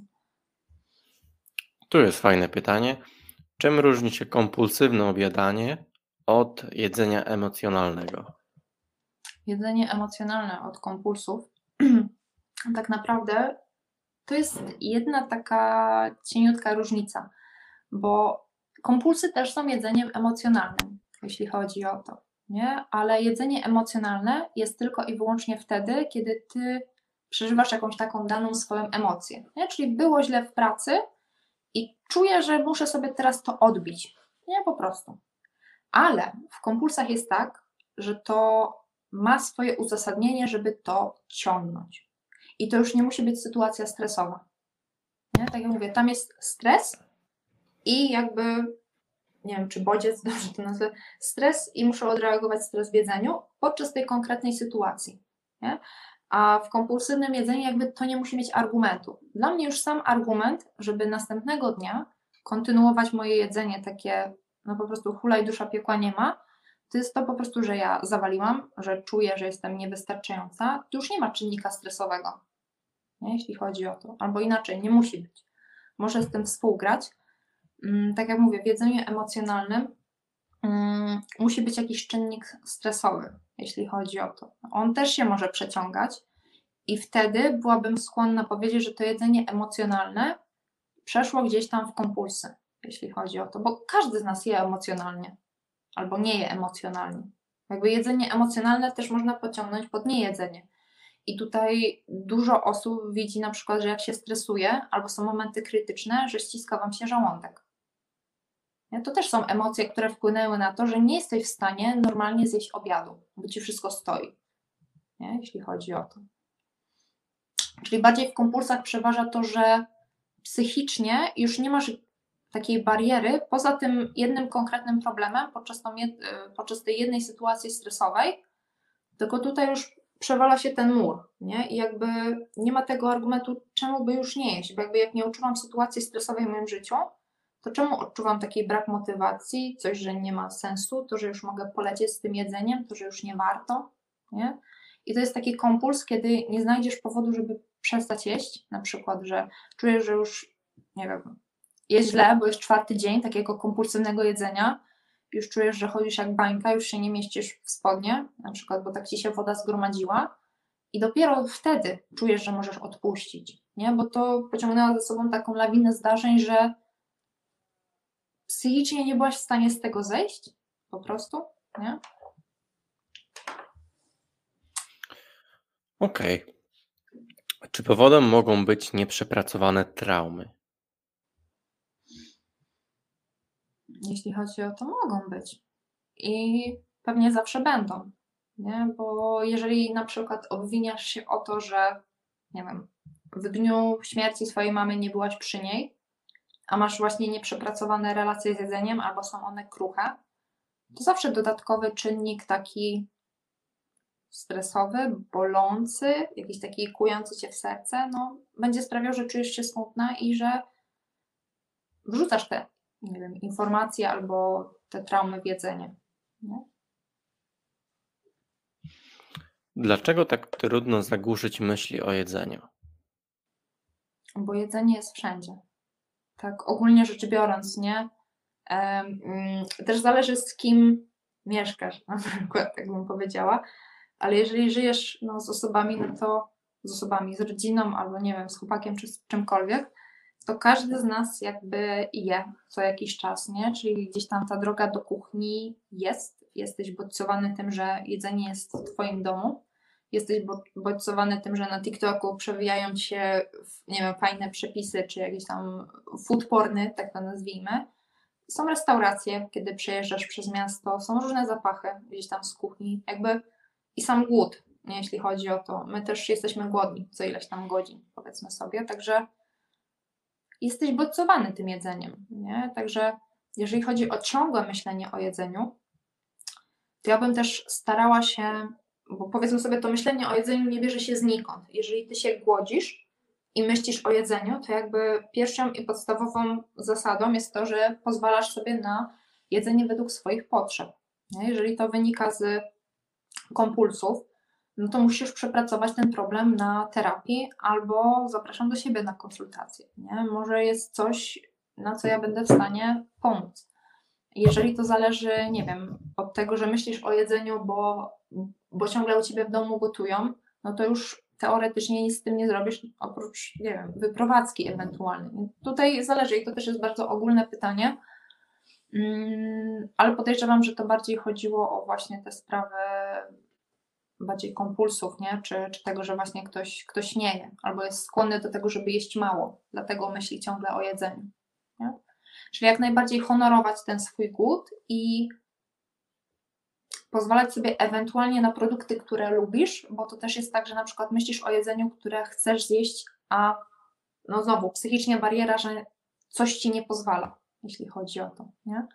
Tu jest fajne pytanie. Czym różni się kompulsywne objadanie od jedzenia emocjonalnego? Jedzenie emocjonalne od kompulsów tak naprawdę to jest jedna taka cieniutka różnica, bo kompulsy też są jedzeniem emocjonalnym, jeśli chodzi o to, nie? Ale jedzenie emocjonalne jest tylko i wyłącznie wtedy, kiedy ty przeżywasz jakąś taką daną swoją emocję, nie? Czyli było źle w pracy i czuję, że muszę sobie teraz to odbić, nie? Po prostu. Ale w kompulsach jest tak, że to ma swoje uzasadnienie, żeby to ciągnąć. I to już nie musi być sytuacja stresowa. Nie? Tak jak mówię, tam jest stres i jakby, nie wiem, czy bodziec, dobrze to nazwę, stres i muszę odreagować stres w jedzeniu podczas tej konkretnej sytuacji. Nie? A w kompulsywnym jedzeniu jakby to nie musi mieć argumentu. Dla mnie już sam argument, żeby następnego dnia kontynuować moje jedzenie takie, no po prostu hulaj dusza piekła nie ma, to jest to po prostu, że ja zawaliłam, że czuję, że jestem niewystarczająca, to już nie ma czynnika stresowego, nie? Jeśli chodzi o to. Albo inaczej, nie musi być. Może z tym współgrać. Tak jak mówię, w jedzeniu emocjonalnym musi być jakiś czynnik stresowy, jeśli chodzi o to. On też się może przeciągać i wtedy byłabym skłonna powiedzieć, że to jedzenie emocjonalne przeszło gdzieś tam w kompulsy, jeśli chodzi o to, bo każdy z nas je emocjonalnie albo nie je emocjonalnie. Jakby jedzenie emocjonalne też można pociągnąć pod niejedzenie. I tutaj dużo osób widzi na przykład, że jak się stresuje albo są momenty krytyczne, że ściska wam się żołądek. Nie? To też są emocje, które wpłynęły na to, że nie jesteś w stanie normalnie zjeść obiadu, bo ci wszystko stoi, nie? Jeśli chodzi o to. Czyli bardziej w kompulsach przeważa to, że psychicznie już nie masz takiej bariery poza tym jednym konkretnym problemem podczas tej jednej sytuacji stresowej, tylko tutaj już przewala się ten mur, nie? I jakby nie ma tego argumentu, czemu by już nie jeść, bo jakby jak nie odczuwam sytuacji stresowej w moim życiu, to czemu odczuwam taki brak motywacji, coś, że nie ma sensu, to, że już mogę polecieć z tym jedzeniem, to, że już nie warto, nie? I to jest taki kompuls, kiedy nie znajdziesz powodu, żeby przestać jeść, na przykład, że czujesz, że już, nie wiem, jest źle, bo jest 4. dzień takiego kompulsywnego jedzenia, już czujesz, że chodzisz jak bańka, już się nie mieścisz w spodnie, na przykład, bo tak ci się woda zgromadziła i dopiero wtedy czujesz, że możesz odpuścić, nie? Bo to pociągnęło za sobą taką lawinę zdarzeń, że psychicznie nie byłaś w stanie z tego zejść, po prostu, nie? Okej. Czy powodem mogą być nieprzepracowane traumy? Jeśli chodzi o to, mogą być. I pewnie zawsze będą, nie? Bo jeżeli na przykład obwiniasz się o to, że, nie wiem, w dniu śmierci swojej mamy nie byłaś przy niej, a masz właśnie nieprzepracowane relacje z jedzeniem, albo są one kruche, to zawsze dodatkowy czynnik taki stresowy, bolący, jakiś taki kujący cię w serce, no, będzie sprawiał, że czujesz się smutna i że wrzucasz te, nie wiem, informacje albo te traumy w jedzenie. Nie? Dlaczego tak trudno zagłuszyć myśli o jedzeniu? Bo jedzenie jest wszędzie. Tak ogólnie rzecz biorąc, nie? Też zależy, z kim mieszkasz, na przykład, tak bym powiedziała, ale jeżeli żyjesz no, z osobami, no to z osobami, z rodziną albo nie wiem, z chłopakiem czy z czymkolwiek, to każdy z nas jakby je co jakiś czas, nie? Czyli gdzieś tam ta droga do kuchni jest, jesteś bodźcowany tym, że jedzenie jest w twoim domu, jesteś bodźcowany tym, że na TikToku przewijają ci się, nie wiem, fajne przepisy, czy jakieś tam food porny, tak to nazwijmy. Są restauracje, kiedy przejeżdżasz przez miasto, są różne zapachy gdzieś tam z kuchni, jakby i sam głód, nie, jeśli chodzi o to. My też jesteśmy głodni co ileś tam godzin, powiedzmy sobie, także jesteś bodźcowany tym jedzeniem, nie? Także jeżeli chodzi o ciągłe myślenie o jedzeniu, to ja bym też starała się, bo powiedzmy sobie, to myślenie o jedzeniu nie bierze się znikąd. Jeżeli ty się głodzisz i myślisz o jedzeniu, to jakby pierwszą i podstawową zasadą jest to, że pozwalasz sobie na jedzenie według swoich potrzeb. Nie? Jeżeli to wynika z kompulsów, no to musisz przepracować ten problem na terapii albo zapraszam do siebie na konsultację. Nie? Może jest coś, na co ja będę w stanie pomóc. Jeżeli to zależy, nie wiem, od tego, że myślisz o jedzeniu, bo ciągle u ciebie w domu gotują, no to już teoretycznie nic z tym nie zrobisz, oprócz, nie wiem, wyprowadzki ewentualnie. Tutaj zależy i to też jest bardzo ogólne pytanie, ale podejrzewam, że to bardziej chodziło o właśnie te sprawy bardziej kompulsów, nie? Czy tego, że właśnie ktoś nie je, albo jest skłonny do tego, żeby jeść mało, dlatego myśli ciągle o jedzeniu. Nie? Czyli jak najbardziej honorować ten swój głód i pozwalać sobie ewentualnie na produkty, które lubisz, bo to też jest tak, że na przykład myślisz o jedzeniu, które chcesz zjeść, a no znowu, psychicznie bariera, że coś ci nie pozwala, jeśli chodzi o to, nie?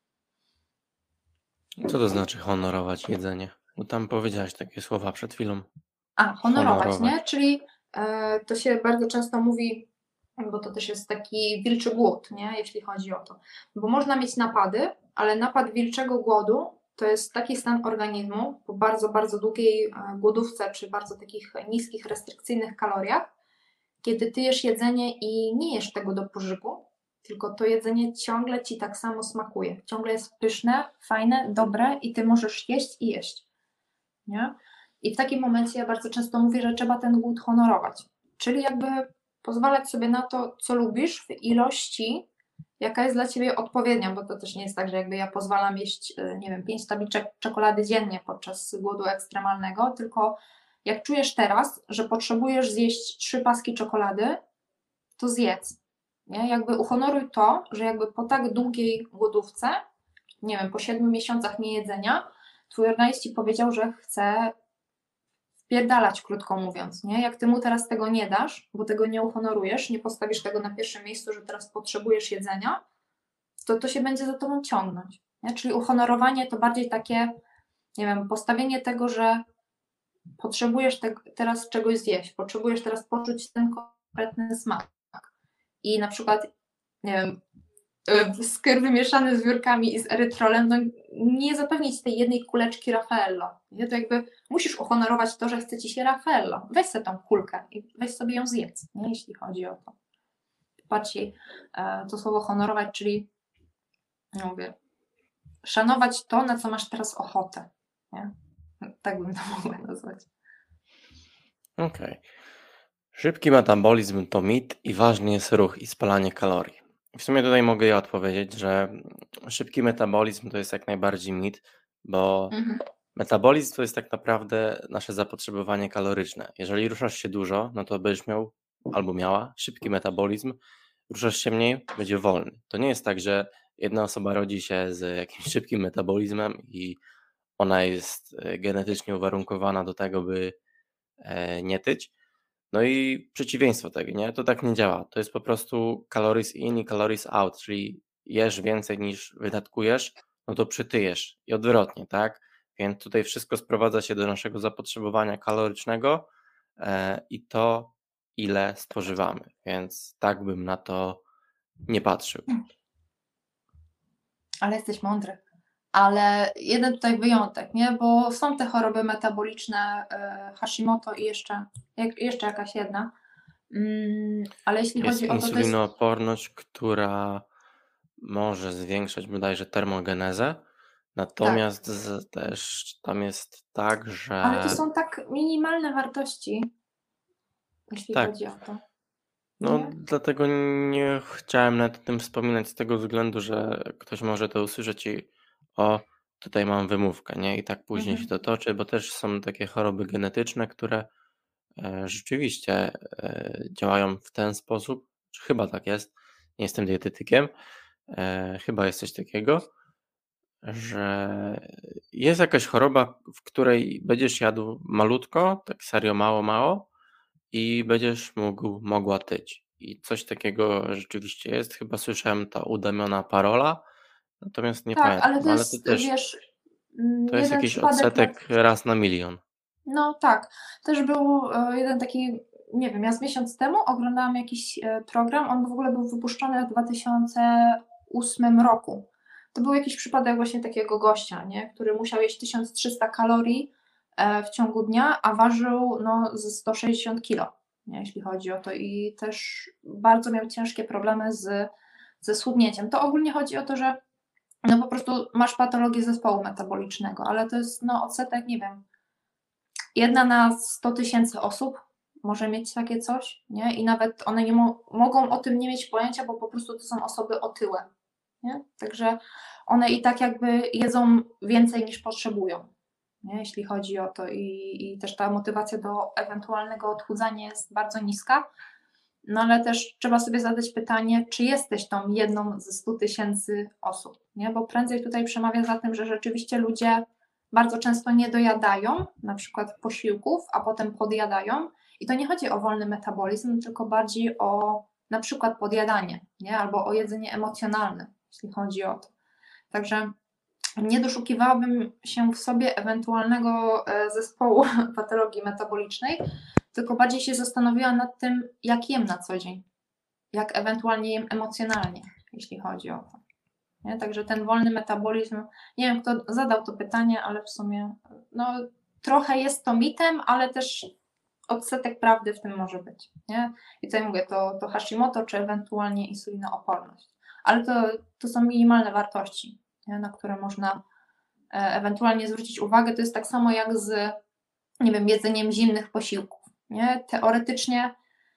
Co to znaczy honorować jedzenie? Bo tam powiedziałaś takie słowa przed chwilą. Honorować, nie? Czyli to się bardzo często mówi, bo to też jest taki wilczy głód, nie? Jeśli chodzi o to. Bo można mieć napady, ale napad wilczego głodu to jest taki stan organizmu po bardzo, bardzo długiej głodówce, czy bardzo takich niskich, restrykcyjnych kaloriach, kiedy ty jesz jedzenie i nie jesz tego do pożygu, tylko to jedzenie ciągle ci tak samo smakuje. Ciągle jest pyszne, fajne, dobre i ty możesz jeść i jeść. Nie? I w takim momencie ja bardzo często mówię, że trzeba ten głód honorować. Czyli jakby pozwalać sobie na to, co lubisz w ilości, jaka jest dla ciebie odpowiednia, bo to też nie jest tak, że jakby ja pozwalam jeść, nie wiem, 5 tabliczek czekolady dziennie podczas głodu ekstremalnego, tylko jak czujesz teraz, że potrzebujesz zjeść 3 paski czekolady, to zjedz. Nie? Jakby uhonoruj to, że jakby po tak długiej głodówce, nie wiem, po 7 miesiącach niejedzenia, twój organizm ci powiedział, że chce wpierdalać, krótko mówiąc, nie? Jak ty mu teraz tego nie dasz, bo tego nie uhonorujesz, nie postawisz tego na pierwszym miejscu, że teraz potrzebujesz jedzenia, to się będzie za tobą ciągnąć, nie? Czyli uhonorowanie to bardziej takie, nie wiem, postawienie tego, że potrzebujesz teraz czegoś zjeść, potrzebujesz teraz poczuć ten konkretny smak. I na przykład, nie wiem, skyr wymieszany z wiórkami i z erytrolem, no nie zapewnić tej jednej kuleczki Raffaello. Nie? To jakby musisz uhonorować to, że chce ci się Raffaello. Weź sobie tą kulkę i weź sobie ją zjedz, nie? Jeśli chodzi o to. Bardziej to słowo honorować, czyli mówię, szanować to, na co masz teraz ochotę. Nie? Tak bym to mogła nazwać. Okej. Szybki metabolizm to mit i ważny jest ruch i spalanie kalorii. W sumie tutaj mogę ja odpowiedzieć, że szybki metabolizm to jest jak najbardziej mit, bo metabolizm to jest tak naprawdę nasze zapotrzebowanie kaloryczne. Jeżeli ruszasz się dużo, no to będziesz miał albo miała szybki metabolizm, ruszasz się mniej, będzie wolny. To nie jest tak, że jedna osoba rodzi się z jakimś szybkim metabolizmem i ona jest genetycznie uwarunkowana do tego, by nie tyć. No i przeciwieństwo tego, nie? To tak nie działa. To jest po prostu calories in i calories out, czyli jesz więcej niż wydatkujesz, no to przytyjesz i odwrotnie, tak? Więc tutaj wszystko sprowadza się do naszego zapotrzebowania kalorycznego i to, ile spożywamy. Więc tak bym na to nie patrzył. Ale jesteś mądry. Ale jeden tutaj wyjątek, nie? Bo są te choroby metaboliczne, Hashimoto i jeszcze jakaś jedna. Ale jeśli Jest chodzi o to, to jest... insulinooporność, która może zwiększać bodajże termogenezę, natomiast też tam jest tak, Ale to że są tak minimalne wartości, jeśli tak, chodzi o to. no Nie? dlatego nie chciałem nawet o tym wspominać z tego względu, że ktoś może to usłyszeć i o, tutaj mam wymówkę, nie? I tak później się to toczy, bo też są takie choroby genetyczne, które rzeczywiście działają w ten sposób, czy chyba tak jest, nie jestem dietetykiem, chyba jest coś takiego, że jest jakaś choroba, w której będziesz jadł malutko, tak serio mało, mało i będziesz mogła tyć. I coś takiego rzeczywiście jest. Chyba słyszałem to u Damiana Parola, natomiast nie Tak, ale pamiętam, to ale to jest, też wiesz, to jest jeden jakiś przypadek na... odsetek raz na milion. No tak, też był jeden taki, nie wiem, ja z miesiąc temu oglądałam jakiś program, on w ogóle był wypuszczony w 2008 roku. To był jakiś przypadek właśnie takiego gościa, nie? Który musiał jeść 1300 kalorii w ciągu dnia, a ważył no, ze 160 kilo, nie? Jeśli chodzi o to. I też bardzo miał ciężkie problemy ze schudnięciem. To ogólnie chodzi o to, że no po prostu masz patologię zespołu metabolicznego, ale to jest no, odsetek, nie wiem, 1 na 100 000 osób może mieć takie coś, nie? I nawet one nie mogą o tym nie mieć pojęcia, bo po prostu to są osoby otyłe, nie? Także one i tak jakby jedzą więcej niż potrzebują, nie? Jeśli chodzi o to i też ta motywacja do ewentualnego odchudzania jest bardzo niska, no ale też trzeba sobie zadać pytanie, czy jesteś tą jedną ze 100 000 osób, nie? Bo prędzej tutaj przemawia za tym, że rzeczywiście ludzie bardzo często nie dojadają na przykład posiłków, a potem podjadają i to nie chodzi o wolny metabolizm, tylko bardziej o na przykład podjadanie, nie? Albo o jedzenie emocjonalne, jeśli chodzi o to. Także nie doszukiwałabym się w sobie ewentualnego zespołu patologii metabolicznej, tylko bardziej się zastanowiła nad tym, jak jem na co dzień, jak ewentualnie jem emocjonalnie, jeśli chodzi o to. Nie? Także ten wolny metabolizm, nie wiem kto zadał to pytanie, ale w sumie no, trochę jest to mitem, ale też odsetek prawdy w tym może być. Nie? I tutaj mówię, to Hashimoto czy ewentualnie insulinooporność. Ale to są minimalne wartości, nie? Na które można ewentualnie zwrócić uwagę. To jest tak samo jak z, nie wiem, jedzeniem zimnych posiłków. Nie? Teoretycznie,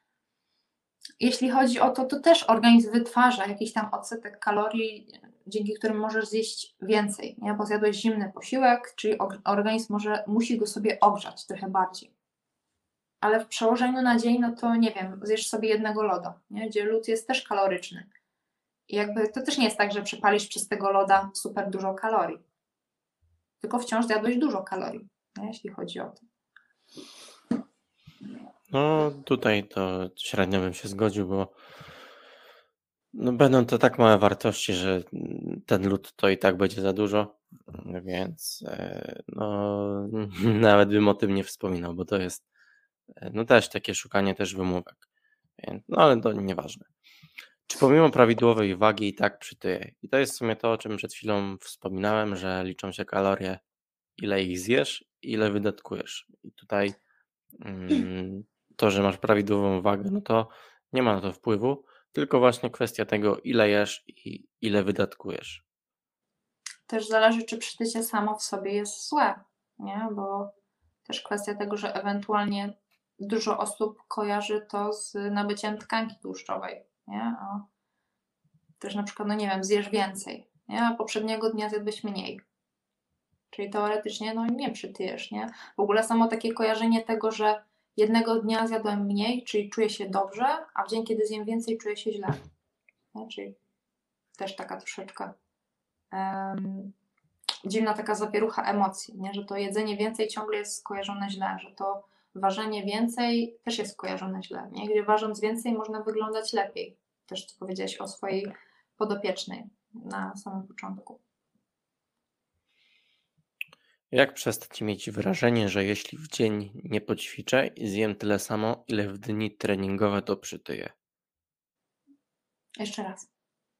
jeśli chodzi o to, to też organizm wytwarza jakiś tam odsetek kalorii, dzięki którym możesz zjeść więcej, nie? Bo zjadłeś zimny posiłek, czyli organizm musi go sobie ogrzać trochę bardziej. Ale w przełożeniu na dzień, no to nie wiem, zjesz sobie jednego loda, nie? Gdzie lód jest też kaloryczny. I jakby to też nie jest tak, że przepalisz przez tego loda super dużo kalorii. Tylko wciąż zjadłeś dużo kalorii, nie? Jeśli chodzi o to. No tutaj to średnio bym się zgodził, bo no będą to tak małe wartości, że ten lód to i tak będzie za dużo. Więc no, nawet bym o tym nie wspominał, bo to jest no też takie szukanie też wymówek. No ale to nieważne. Czy pomimo prawidłowej wagi i tak przytyje? I to jest w sumie to, o czym przed chwilą wspominałem, że liczą się kalorie, ile ich zjesz, ile wydatkujesz. I tutaj to, że masz prawidłową wagę, no to nie ma na to wpływu, tylko właśnie kwestia tego, ile jesz i ile wydatkujesz. Też zależy, czy przytycie samo w sobie jest złe, nie? Bo też kwestia tego, że ewentualnie dużo osób kojarzy to z nabyciem tkanki tłuszczowej, nie? A też na przykład, no nie wiem, zjesz więcej, nie? A poprzedniego dnia zjadłeś mniej. Czyli teoretycznie, no nie przytyjesz, nie? W ogóle samo takie kojarzenie tego, że jednego dnia zjadłem mniej, czyli czuję się dobrze, a w dzień, kiedy zjem więcej, czuję się źle. Nie? Czyli też taka troszeczkę dziwna taka zawierucha emocji, nie? Że to jedzenie więcej ciągle jest skojarzone źle, że to ważenie więcej też jest skojarzone źle, nie? Gdzie ważąc więcej można wyglądać lepiej. Też co powiedziałeś o swojej podopiecznej na samym początku. Jak przestać mieć wrażenie, że jeśli w dzień nie poćwiczę i zjem tyle samo, ile w dni treningowe, to przytyję? Jeszcze raz.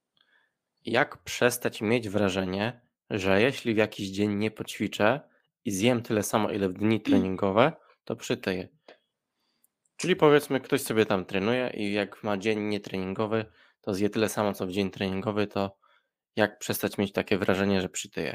Jak przestać mieć wrażenie, że jeśli w jakiś dzień nie poćwiczę i zjem tyle samo, ile w dni treningowe, to przytyję? Czyli powiedzmy, ktoś sobie tam trenuje i jak ma dzień nietreningowy, to zje tyle samo, co w dzień treningowy, to jak przestać mieć takie wrażenie, że przytyje?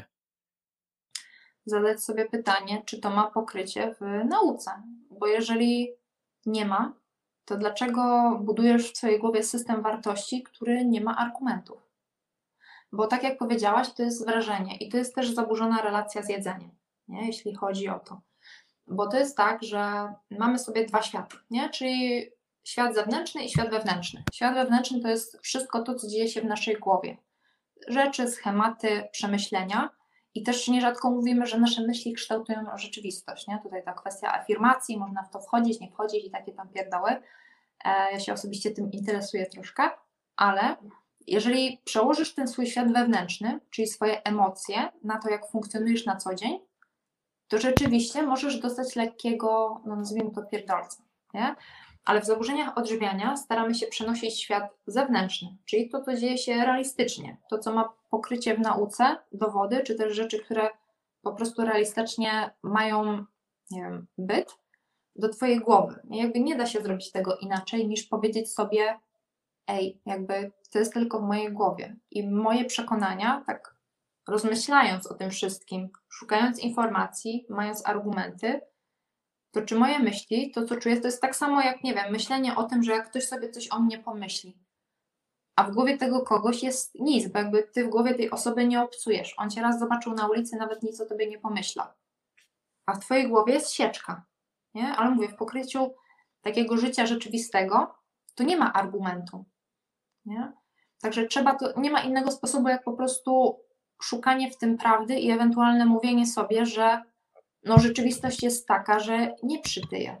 Zadać sobie pytanie, czy to ma pokrycie w nauce. Bo jeżeli nie ma, to dlaczego budujesz w swojej głowie system wartości, który nie ma argumentów? Bo tak jak powiedziałaś, to jest wrażenie i to jest też zaburzona relacja z jedzeniem, nie? Jeśli chodzi o to. Bo to jest tak, że mamy sobie dwa światy, nie? Czyli świat zewnętrzny i świat wewnętrzny. Świat wewnętrzny to jest wszystko to, co dzieje się w naszej głowie. Rzeczy, schematy, przemyślenia. I też nierzadko mówimy, że nasze myśli kształtują rzeczywistość. Nie? Tutaj ta kwestia afirmacji, można w to wchodzić, nie wchodzić i takie tam pierdoły. Ja się osobiście tym interesuję troszkę, ale jeżeli przełożysz ten swój świat wewnętrzny, czyli swoje emocje na to, jak funkcjonujesz na co dzień, to rzeczywiście możesz dostać lekkiego, no nazwijmy to pierdolca, nie? Ale w zaburzeniach odżywiania staramy się przenosić świat zewnętrzny, czyli to, co dzieje się realistycznie, to, co ma pokrycie w nauce, dowody, czy też rzeczy, które po prostu realistycznie mają, nie wiem, byt, do twojej głowy. Jakby nie da się zrobić tego inaczej, niż powiedzieć sobie, ej, jakby to jest tylko w mojej głowie. I moje przekonania, tak rozmyślając o tym wszystkim, szukając informacji, mając argumenty, to czy moje myśli, to co czuję, to jest tak samo jak, nie wiem, myślenie o tym, że jak ktoś sobie coś o mnie pomyśli, a w głowie tego kogoś jest nic, bo jakby ty w głowie tej osoby nie obcujesz. On cię raz zobaczył na ulicy, nawet nic o tobie nie pomyślał. A w twojej głowie jest sieczka, nie? Ale mówię, w pokryciu takiego życia rzeczywistego to nie ma argumentu, nie? Także trzeba to, nie ma innego sposobu, jak po prostu szukanie w tym prawdy i ewentualne mówienie sobie, że no rzeczywistość jest taka, że nie przytyję.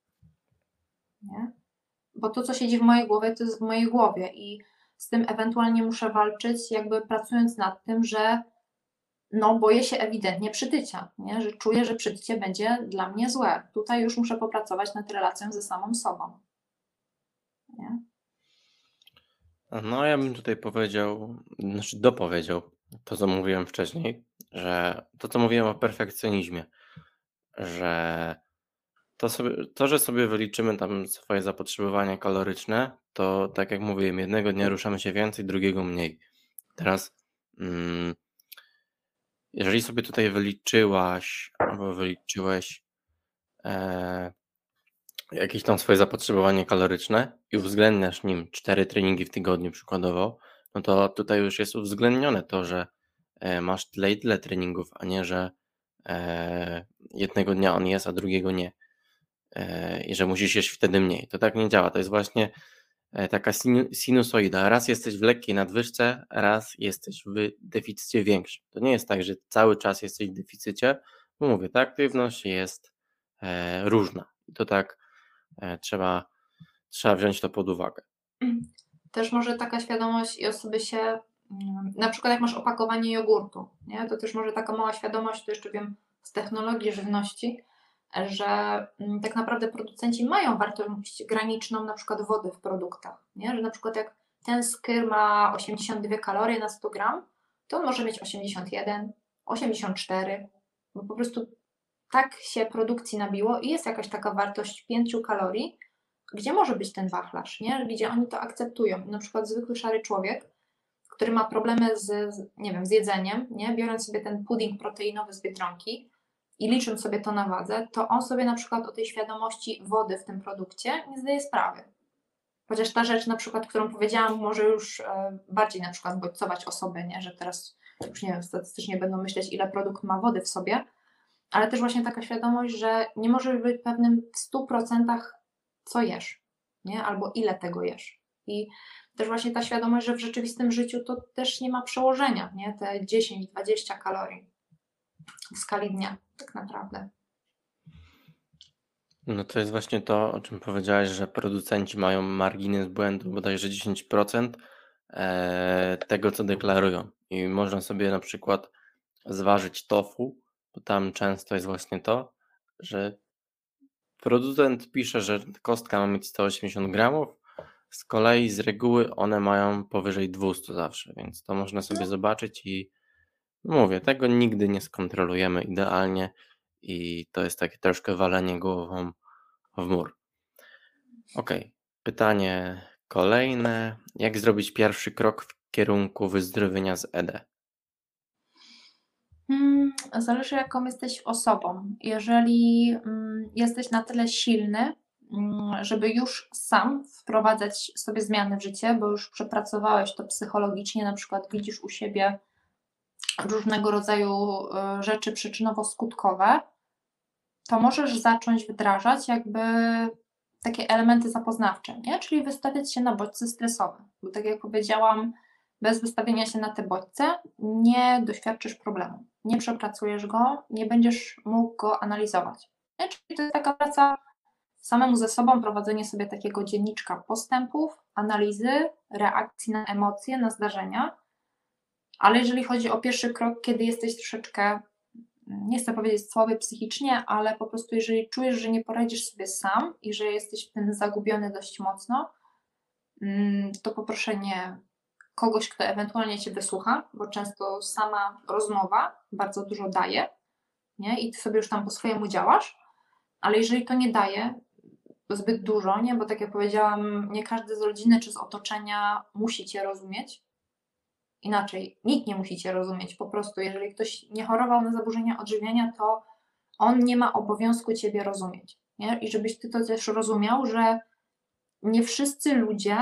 Nie? Bo to, co siedzi w mojej głowie, to jest w mojej głowie i z tym ewentualnie muszę walczyć, jakby pracując nad tym, że no boję się ewidentnie przytycia, nie? Że czuję, że przytycie będzie dla mnie złe. Tutaj już muszę popracować nad relacją ze samą sobą. Nie? No, ja bym tutaj powiedział, znaczy dopowiedział to, co mówiłem wcześniej, że to, co mówiłem o perfekcjonizmie, że to, że sobie wyliczymy tam swoje zapotrzebowanie kaloryczne, to tak jak mówiłem, jednego dnia ruszamy się więcej, drugiego mniej. Teraz, jeżeli sobie tutaj wyliczyłaś albo wyliczyłeś jakieś tam swoje zapotrzebowanie kaloryczne i uwzględniasz nim 4 treningi w tygodniu przykładowo, no to tutaj już jest uwzględnione to, że masz tyle i tyle treningów, a nie, że jednego dnia on jest, a drugiego nie. I że musisz jeść wtedy mniej. To tak nie działa. To jest właśnie taka sinusoida. Raz jesteś w lekkiej nadwyżce, raz jesteś w deficycie większym. To nie jest tak, że cały czas jesteś w deficycie, bo mówię, ta aktywność jest różna. I to tak trzeba wziąć to pod uwagę. Też może taka świadomość i osoby się na przykład jak masz opakowanie jogurtu, nie? To też może taka mała świadomość, to jeszcze wiem z technologii żywności, że tak naprawdę producenci mają wartość graniczną na przykład wody w produktach, nie? Że na przykład jak ten skyr ma 82 kalorie na 100 gram, to on może mieć 81, 84, bo po prostu tak się produkcji nabiło i jest jakaś taka wartość 5 kalorii, gdzie może być ten wachlarz, nie? Gdzie oni to akceptują. Na przykład zwykły szary człowiek, który ma problemy nie wiem, z jedzeniem, nie? Biorąc sobie ten pudding proteinowy z Biedronki i licząc sobie to na wadze, to on sobie na przykład o tej świadomości wody w tym produkcie nie zdaje sprawy. Chociaż ta rzecz na przykład, którą powiedziałam, może już bardziej na przykład bodźcować osobę, nie? Że teraz już nie wiem, statystycznie będą myśleć, ile produkt ma wody w sobie, ale też właśnie taka świadomość, że nie możesz być pewnym w 100% co jesz, nie? Albo ile tego jesz. I też właśnie ta świadomość, że w rzeczywistym życiu to też nie ma przełożenia, nie? Te 10-20 kalorii w skali dnia tak naprawdę. No to jest właśnie to, o czym powiedziałeś, że producenci mają margines błędu bodajże 10% tego, co deklarują. I można sobie na przykład zważyć tofu, bo tam często jest właśnie to, że producent pisze, że kostka ma mieć 180 gramów, z kolei z reguły one mają powyżej 200 zawsze, więc to można sobie zobaczyć i mówię, tego nigdy nie skontrolujemy idealnie i to jest takie troszkę walenie głową w mur. Okej, pytanie kolejne. Jak zrobić pierwszy krok w kierunku wyzdrowienia z ED? Zależy, jaką jesteś osobą. Jeżeli jesteś na tyle silny, żeby już sam wprowadzać sobie zmiany w życie, bo już przepracowałeś to psychologicznie, na przykład widzisz u siebie różnego rodzaju rzeczy przyczynowo-skutkowe, to możesz zacząć wdrażać jakby takie elementy zapoznawcze, nie? Czyli wystawiać się na bodźce stresowe, bo tak jak powiedziałam, bez wystawienia się na te bodźce nie doświadczysz problemu, nie przepracujesz go, nie będziesz mógł go analizować. Nie? Czyli to jest taka praca samemu ze sobą, prowadzenie sobie takiego dzienniczka postępów, analizy, reakcji na emocje, na zdarzenia, ale jeżeli chodzi o pierwszy krok, kiedy jesteś troszeczkę, nie chcę powiedzieć słaby psychicznie, ale po prostu jeżeli czujesz, że nie poradzisz sobie sam i że jesteś w tym zagubiony dość mocno, to poproszenie kogoś, kto ewentualnie Cię wysłucha, bo często sama rozmowa bardzo dużo daje, nie? I Ty sobie już tam po swojemu działasz, ale jeżeli to nie daje zbyt dużo, nie? Bo tak jak powiedziałam, nie każdy z rodziny czy z otoczenia musi Cię rozumieć. Inaczej, nikt nie musi Cię rozumieć. Po prostu, jeżeli ktoś nie chorował na zaburzenia odżywiania, to on nie ma obowiązku Ciebie rozumieć. Nie? I żebyś Ty to też rozumiał, że nie wszyscy ludzie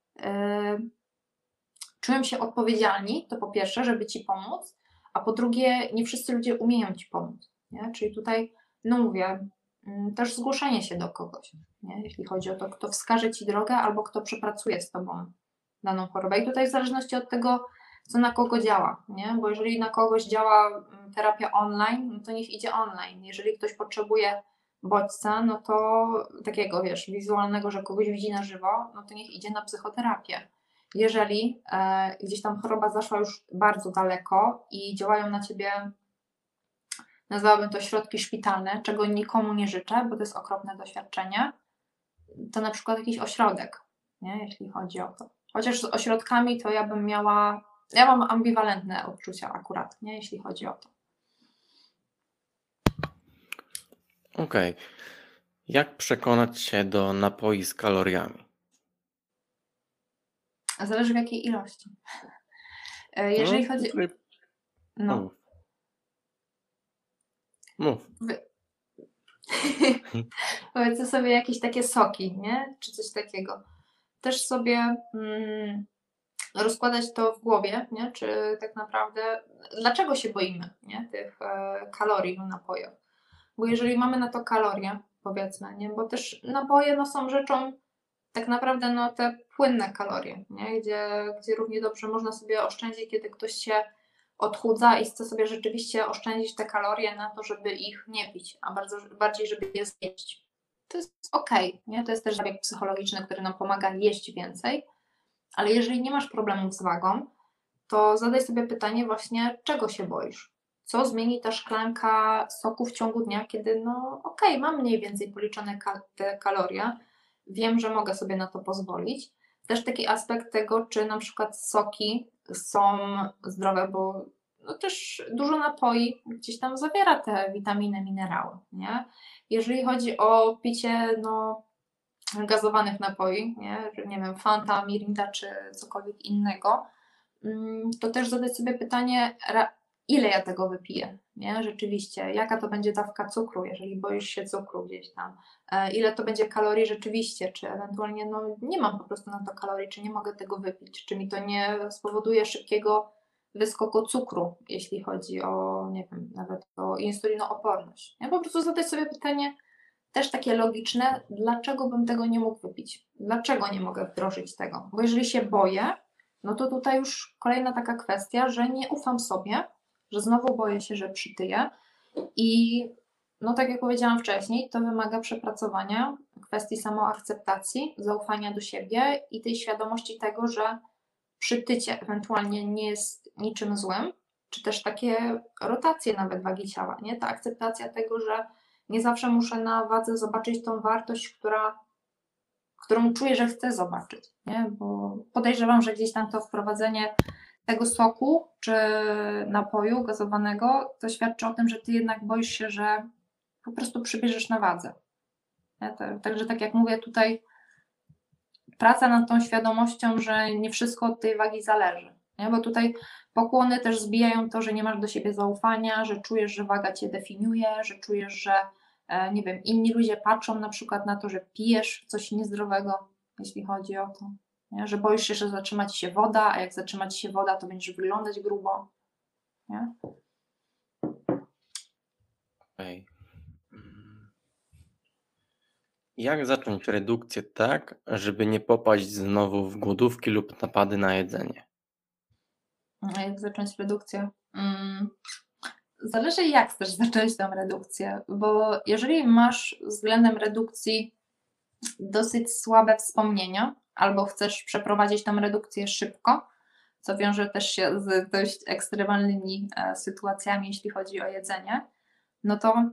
czują się odpowiedzialni, to po pierwsze, żeby Ci pomóc, a po drugie, nie wszyscy ludzie umieją Ci pomóc. Nie? Czyli tutaj, no mówię, też zgłoszenie się do kogoś, nie? Jeśli chodzi o to, kto wskaże Ci drogę albo kto przepracuje z Tobą daną chorobę. I tutaj w zależności od tego, co na kogo działa, nie? Bo jeżeli na kogoś działa terapia online, no to niech idzie online. Jeżeli ktoś potrzebuje bodźca, no to takiego, wiesz, wizualnego, że kogoś widzi na żywo, no to niech idzie na psychoterapię. Jeżeli gdzieś tam choroba zaszła już bardzo daleko i działają na Ciebie, nazwałabym to środki szpitalne, czego nikomu nie życzę, bo to jest okropne doświadczenie, to na przykład jakiś ośrodek, nie? Jeśli chodzi o to. Chociaż z ośrodkami to ja mam ambiwalentne odczucia akurat, nie? Jeśli chodzi o to. Okej. Jak przekonać się do napoi z kaloriami? Zależy w jakiej ilości. Jeżeli chodzi... Tutaj No. mów. Powiedzmy sobie jakieś takie soki, nie? Czy coś takiego. Też sobie rozkładać to w głowie, nie? Czy tak naprawdę dlaczego się boimy, nie? Tych kalorii w napojach. Bo jeżeli mamy na to kalorie, powiedzmy, nie? Bo też napoje no, są rzeczą tak naprawdę no, te płynne kalorie, nie? Gdzie równie dobrze można sobie oszczędzić, kiedy ktoś się odchudza i chce sobie rzeczywiście oszczędzić te kalorie na to, żeby ich nie pić, a bardziej, żeby je zjeść. To jest okej, nie? To jest też zabieg psychologiczny, który nam pomaga jeść więcej, ale jeżeli nie masz problemów z wagą, to zadaj sobie pytanie właśnie, czego się boisz? Co zmieni ta szklanka soku w ciągu dnia, kiedy no okej, mam mniej więcej policzone te kalorie, wiem, że mogę sobie na to pozwolić. Też taki aspekt tego, czy na przykład soki są zdrowe, bo no też dużo napoi gdzieś tam zawiera te witaminy, minerały, nie? Jeżeli chodzi o picie, no gazowanych napoi, nie, że nie wiem, Fanta, Mirinda czy cokolwiek innego, to też zadać sobie pytanie, ile ja tego wypiję, nie, rzeczywiście, jaka to będzie dawka cukru, jeżeli boisz się cukru gdzieś tam, ile to będzie kalorii rzeczywiście, czy ewentualnie no, nie mam po prostu na to kalorii, czy nie mogę tego wypić, czy mi to nie spowoduje szybkiego wyskoku cukru, jeśli chodzi o, nie wiem, nawet o insulinooporność. Ja po prostu zadać sobie pytanie, też takie logiczne, dlaczego bym tego nie mógł wypić? Dlaczego nie mogę wdrożyć tego? Bo jeżeli się boję, no to tutaj już kolejna taka kwestia, że nie ufam sobie, że znowu boję się, że przytyję i no tak jak powiedziałam wcześniej, to wymaga przepracowania kwestii samoakceptacji, zaufania do siebie i tej świadomości tego, że przytycie ewentualnie nie jest niczym złym, czy też takie rotacje nawet wagi ciała, nie? Ta akceptacja tego, że nie zawsze muszę na wadze zobaczyć tą wartość, którą czuję, że chcę zobaczyć, nie? Bo podejrzewam, że gdzieś tam to wprowadzenie tego soku czy napoju gazowanego to świadczy o tym, że ty jednak boisz się, że po prostu przybierzesz na wadze. Także tak jak mówię, tutaj praca nad tą świadomością, że nie wszystko od tej wagi zależy, nie? Bo tutaj pokłony też zbijają to, że nie masz do siebie zaufania, że czujesz, że waga cię definiuje, że czujesz, że nie wiem, inni ludzie patrzą na przykład na to, że pijesz coś niezdrowego, jeśli chodzi o to, nie? Że boisz się, że zatrzyma ci się woda, a jak zatrzyma ci się woda, to będziesz wyglądać grubo, nie? Okej. Jak zacząć redukcję tak, żeby nie popaść znowu w głodówki lub napady na jedzenie? Jak zacząć redukcję? Zależy, jak chcesz zacząć tę redukcję, bo jeżeli masz względem redukcji dosyć słabe wspomnienia, albo chcesz przeprowadzić tę redukcję szybko, co wiąże też się z dość ekstremalnymi sytuacjami, jeśli chodzi o jedzenie, no to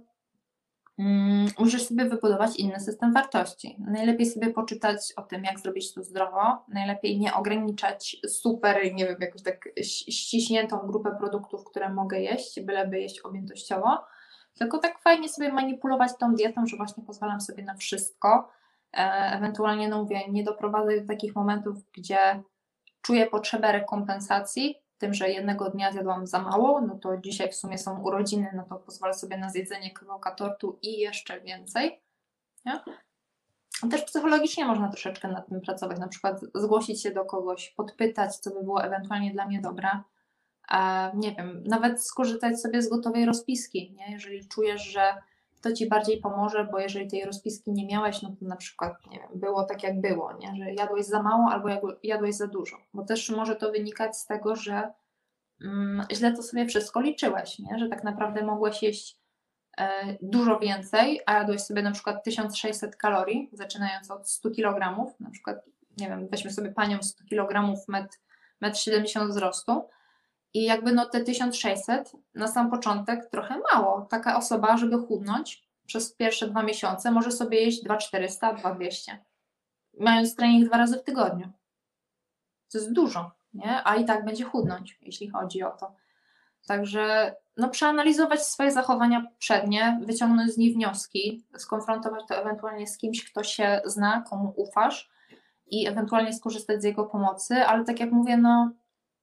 musisz sobie wybudować inny system wartości. Najlepiej sobie poczytać o tym, jak zrobić to zdrowo. Najlepiej nie ograniczać super, nie wiem, jakąś tak ściśniętą grupę produktów, które mogę jeść, byleby jeść objętościowo, tylko tak fajnie sobie manipulować tą dietą, że właśnie pozwalam sobie na wszystko. Ewentualnie, no mówię, nie doprowadzę do takich momentów, gdzie czuję potrzebę rekompensacji tym, że jednego dnia zjadłam za mało, no to dzisiaj w sumie są urodziny, no to pozwolę sobie na zjedzenie kawałka tortu i jeszcze więcej. Nie? Też psychologicznie można troszeczkę nad tym pracować, na przykład zgłosić się do kogoś, podpytać, co by było ewentualnie dla mnie dobre. Nie wiem, nawet skorzystać sobie z gotowej rozpiski, nie? Jeżeli czujesz, że to ci bardziej pomoże, bo jeżeli tej rozpiski nie miałeś, no to na przykład, nie wiem, było tak jak było, nie? Że jadłeś za mało albo jadłeś za dużo, bo też może to wynikać z tego, że źle to sobie wszystko liczyłeś, nie? Że tak naprawdę mogłeś jeść dużo więcej, a jadłeś sobie na przykład 1600 kalorii, zaczynając od 100 kg, na przykład, nie wiem, weźmy sobie panią 100 kg, 1,70 m wzrostu, i jakby no te 1600 na sam początek trochę mało. Taka osoba, żeby chudnąć przez pierwsze 2 miesiące, może sobie jeść 2400, 2200, mając trening 2 razy w tygodniu. To jest dużo, nie? A i tak będzie chudnąć, jeśli chodzi o to. Także no, przeanalizować swoje zachowania poprzednie, wyciągnąć z nich wnioski, skonfrontować to ewentualnie z kimś, kto się zna, komu ufasz i ewentualnie skorzystać z jego pomocy, ale tak jak mówię, no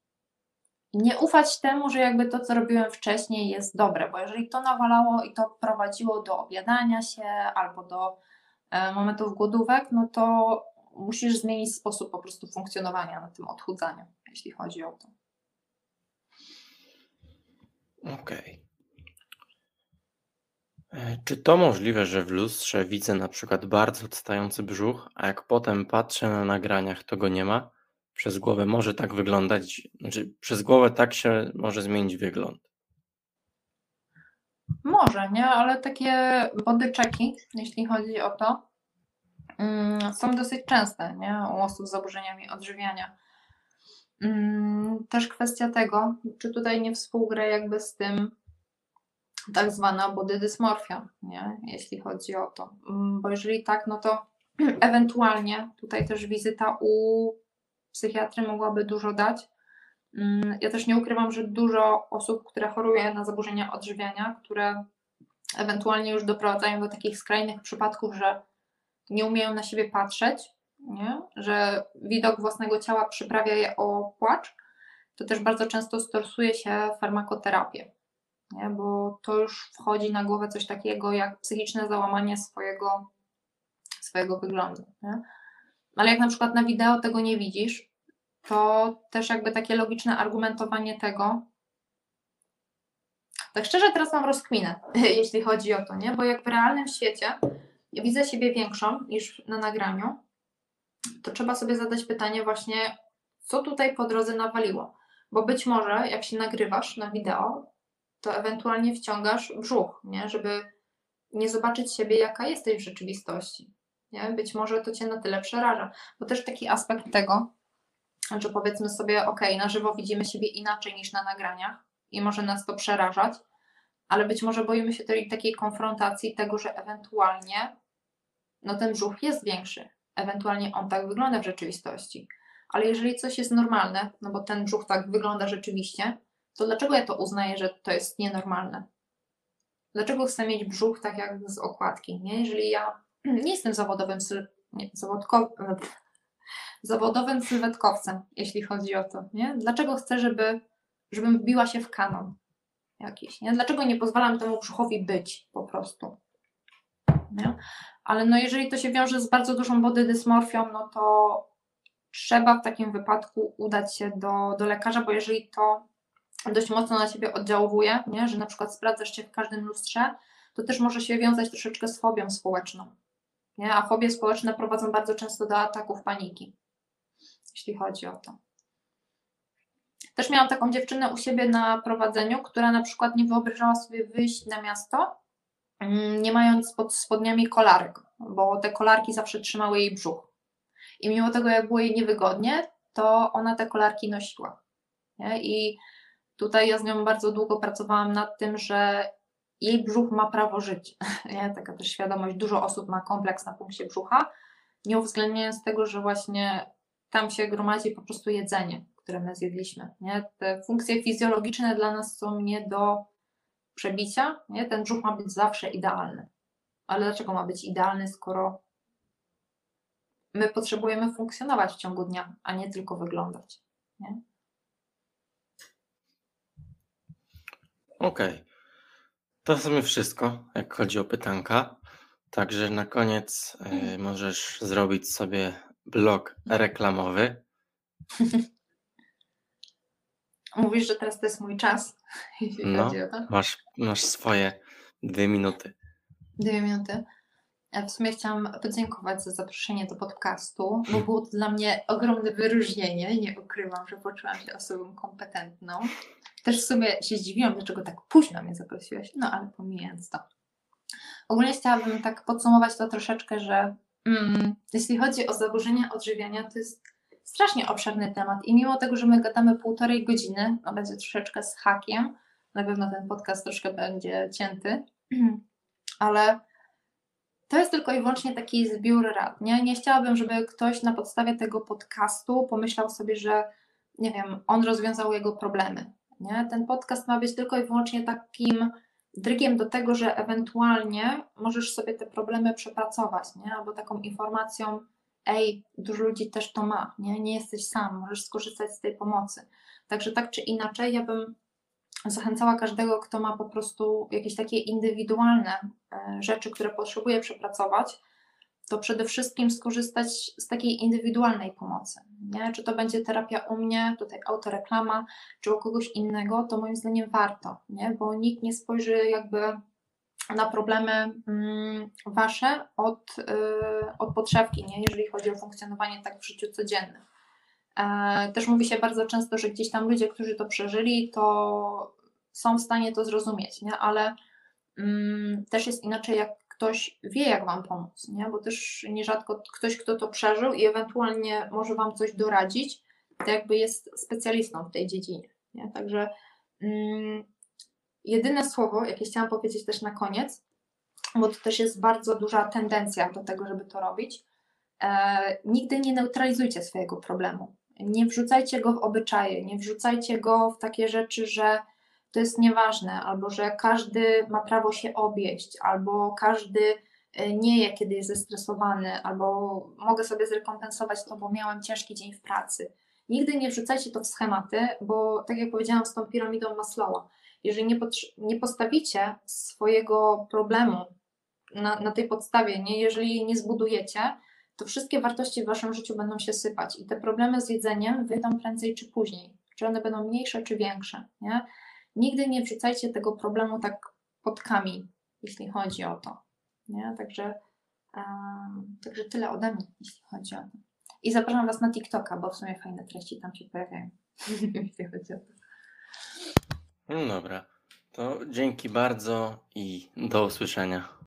nie ufać temu, że jakby to, co robiłem wcześniej jest dobre, bo jeżeli to nawalało i to prowadziło do objadania się albo do momentów głodówek, no to musisz zmienić sposób po prostu funkcjonowania na tym odchudzaniu, jeśli chodzi o to. Okej. Czy to możliwe, że w lustrze widzę na przykład bardzo odstający brzuch, a jak potem patrzę na nagraniach, to go nie ma? Przez głowę może tak wyglądać, znaczy przez głowę tak się może zmienić wygląd. Może, nie? Ale takie body checki, jeśli chodzi o to, są dosyć częste, nie? U osób z zaburzeniami odżywiania. Też kwestia tego, czy tutaj nie współgra jakby z tym tak zwana body dysmorfia, nie? Jeśli chodzi o to. Bo jeżeli tak, no to ewentualnie tutaj też wizyta u psychiatry mogłaby dużo dać. Ja też nie ukrywam, że dużo osób, które choruje na zaburzenia odżywiania, które ewentualnie już doprowadzają do takich skrajnych przypadków, że nie umieją na siebie patrzeć, nie? Że widok własnego ciała przyprawia je o płacz, to też bardzo często stosuje się farmakoterapię, nie? Bo to już wchodzi na głowę coś takiego jak psychiczne załamanie swojego wyglądu. Nie? Ale jak na przykład na wideo tego nie widzisz, to też jakby takie logiczne argumentowanie tego. Tak szczerze teraz mam rozkminę, jeśli chodzi o to, nie? Bo jak w realnym świecie widzę siebie większą niż na nagraniu, to trzeba sobie zadać pytanie właśnie, co tutaj po drodze nawaliło. Bo być może jak się nagrywasz na wideo, to ewentualnie wciągasz brzuch, nie? Żeby nie zobaczyć siebie, jaka jesteś w rzeczywistości. Nie? Być może to cię na tyle przeraża. Bo też taki aspekt tego, że powiedzmy sobie, ok, na żywo widzimy siebie inaczej niż na nagraniach i może nas to przerażać, ale być może boimy się tej takiej konfrontacji tego, że ewentualnie no ten brzuch jest większy, ewentualnie on tak wygląda w rzeczywistości. Ale jeżeli coś jest normalne, no bo ten brzuch tak wygląda rzeczywiście, to dlaczego ja to uznaję, że to jest nienormalne? Dlaczego chcę mieć brzuch tak jak z okładki, nie? Jeżeli ja nie jestem zawodowym sylwetkowcem, jeśli chodzi o to, nie? Dlaczego chcę, żebym wbiła się w kanon jakiś, nie? Dlaczego nie pozwalam temu brzuchowi być po prostu, nie? Ale no jeżeli to się wiąże z bardzo dużą body dysmorfią, no to trzeba w takim wypadku udać się do lekarza, bo jeżeli to dość mocno na ciebie oddziałuje, nie? Że na przykład sprawdzasz się w każdym lustrze, to też może się wiązać troszeczkę z fobią społeczną, nie? A fobie społeczne prowadzą bardzo często do ataków paniki, jeśli chodzi o to. Też miałam taką dziewczynę u siebie na prowadzeniu, która na przykład nie wyobrażała sobie wyjść na miasto, nie mając pod spodniami kolarek, bo te kolarki zawsze trzymały jej brzuch. I mimo tego, jak było jej niewygodnie, to ona te kolarki nosiła, nie? I tutaj ja z nią bardzo długo pracowałam nad tym, że jej brzuch ma prawo żyć. Nie? Taka też świadomość, dużo osób ma kompleks na punkcie brzucha, nie uwzględniając tego, że właśnie tam się gromadzi po prostu jedzenie, które my zjedliśmy. Nie? Te funkcje fizjologiczne dla nas są nie do przebicia. Nie? Ten brzuch ma być zawsze idealny. Ale dlaczego ma być idealny, skoro my potrzebujemy funkcjonować w ciągu dnia, a nie tylko wyglądać? Nie? Okej. To w sumie wszystko, jak chodzi o pytanka. Także na koniec możesz zrobić sobie blog reklamowy. Mówisz, że teraz to jest mój czas, jeśli No, chodzi o to. masz swoje 2 minuty. 2 minuty. Ja w sumie chciałam podziękować za zaproszenie do podcastu, bo było to dla mnie ogromne wyróżnienie. Nie ukrywam, że poczułam się osobą kompetentną. Też w sumie się zdziwiłam, dlaczego tak późno mnie zaprosiłeś, no ale pomijając to. Ogólnie chciałabym tak podsumować to troszeczkę, że jeśli chodzi o zaburzenia odżywiania, to jest strasznie obszerny temat i mimo tego, że my gadamy 1,5 godziny, no będzie troszeczkę z hakiem, na pewno ten podcast troszkę będzie cięty, ale to jest tylko i wyłącznie taki zbiór rad. Nie chciałabym, żeby ktoś na podstawie tego podcastu pomyślał sobie, że nie wiem, on rozwiązał jego problemy. Nie? Ten podcast ma być tylko i wyłącznie takim drygiem do tego, że ewentualnie możesz sobie te problemy przepracować, nie? Albo taką informacją, ej, dużo ludzi też to ma, nie jesteś sam, możesz skorzystać z tej pomocy. Także tak czy inaczej, ja bym zachęcała każdego, kto ma po prostu jakieś takie indywidualne rzeczy, które potrzebuje przepracować, to przede wszystkim skorzystać z takiej indywidualnej pomocy. Nie? Czy to będzie terapia u mnie, tutaj autoreklama, czy u kogoś innego, to moim zdaniem warto, nie? Bo nikt nie spojrzy jakby na problemy wasze od podszewki, nie? Jeżeli chodzi o funkcjonowanie tak w życiu codziennym. Też mówi się bardzo często, że gdzieś tam ludzie, którzy to przeżyli, to są w stanie to zrozumieć, nie? Ale też jest inaczej, jak ktoś wie, jak wam pomóc, nie? Bo też nierzadko ktoś, kto to przeżył i ewentualnie może wam coś doradzić, to jakby jest specjalistą w tej dziedzinie. Nie? Także jedyne słowo, jakie chciałam powiedzieć też na koniec, bo to też jest bardzo duża tendencja do tego, żeby to robić, nigdy nie neutralizujcie swojego problemu. Nie wrzucajcie go w obyczaje, nie wrzucajcie go w takie rzeczy, że to jest nieważne, albo że każdy ma prawo się objeść, albo każdy nie je, kiedy jest zestresowany, albo mogę sobie zrekompensować to, bo miałem ciężki dzień w pracy. Nigdy nie wrzucajcie to w schematy, bo tak jak powiedziałam z tą piramidą Maslowa, jeżeli nie postawicie swojego problemu na tej podstawie, jeżeli jej nie zbudujecie, to wszystkie wartości w waszym życiu będą się sypać i te problemy z jedzeniem wyjdą prędzej czy później. Czy one będą mniejsze czy większe. Nie? Nigdy nie wrzucajcie tego problemu tak pod kamień, jeśli chodzi o to. Nie? Także tyle ode mnie, jeśli chodzi o to. I zapraszam was na TikToka, bo w sumie fajne treści tam się pojawiają, jeśli chodzi o to. No dobra, to dzięki bardzo i do usłyszenia.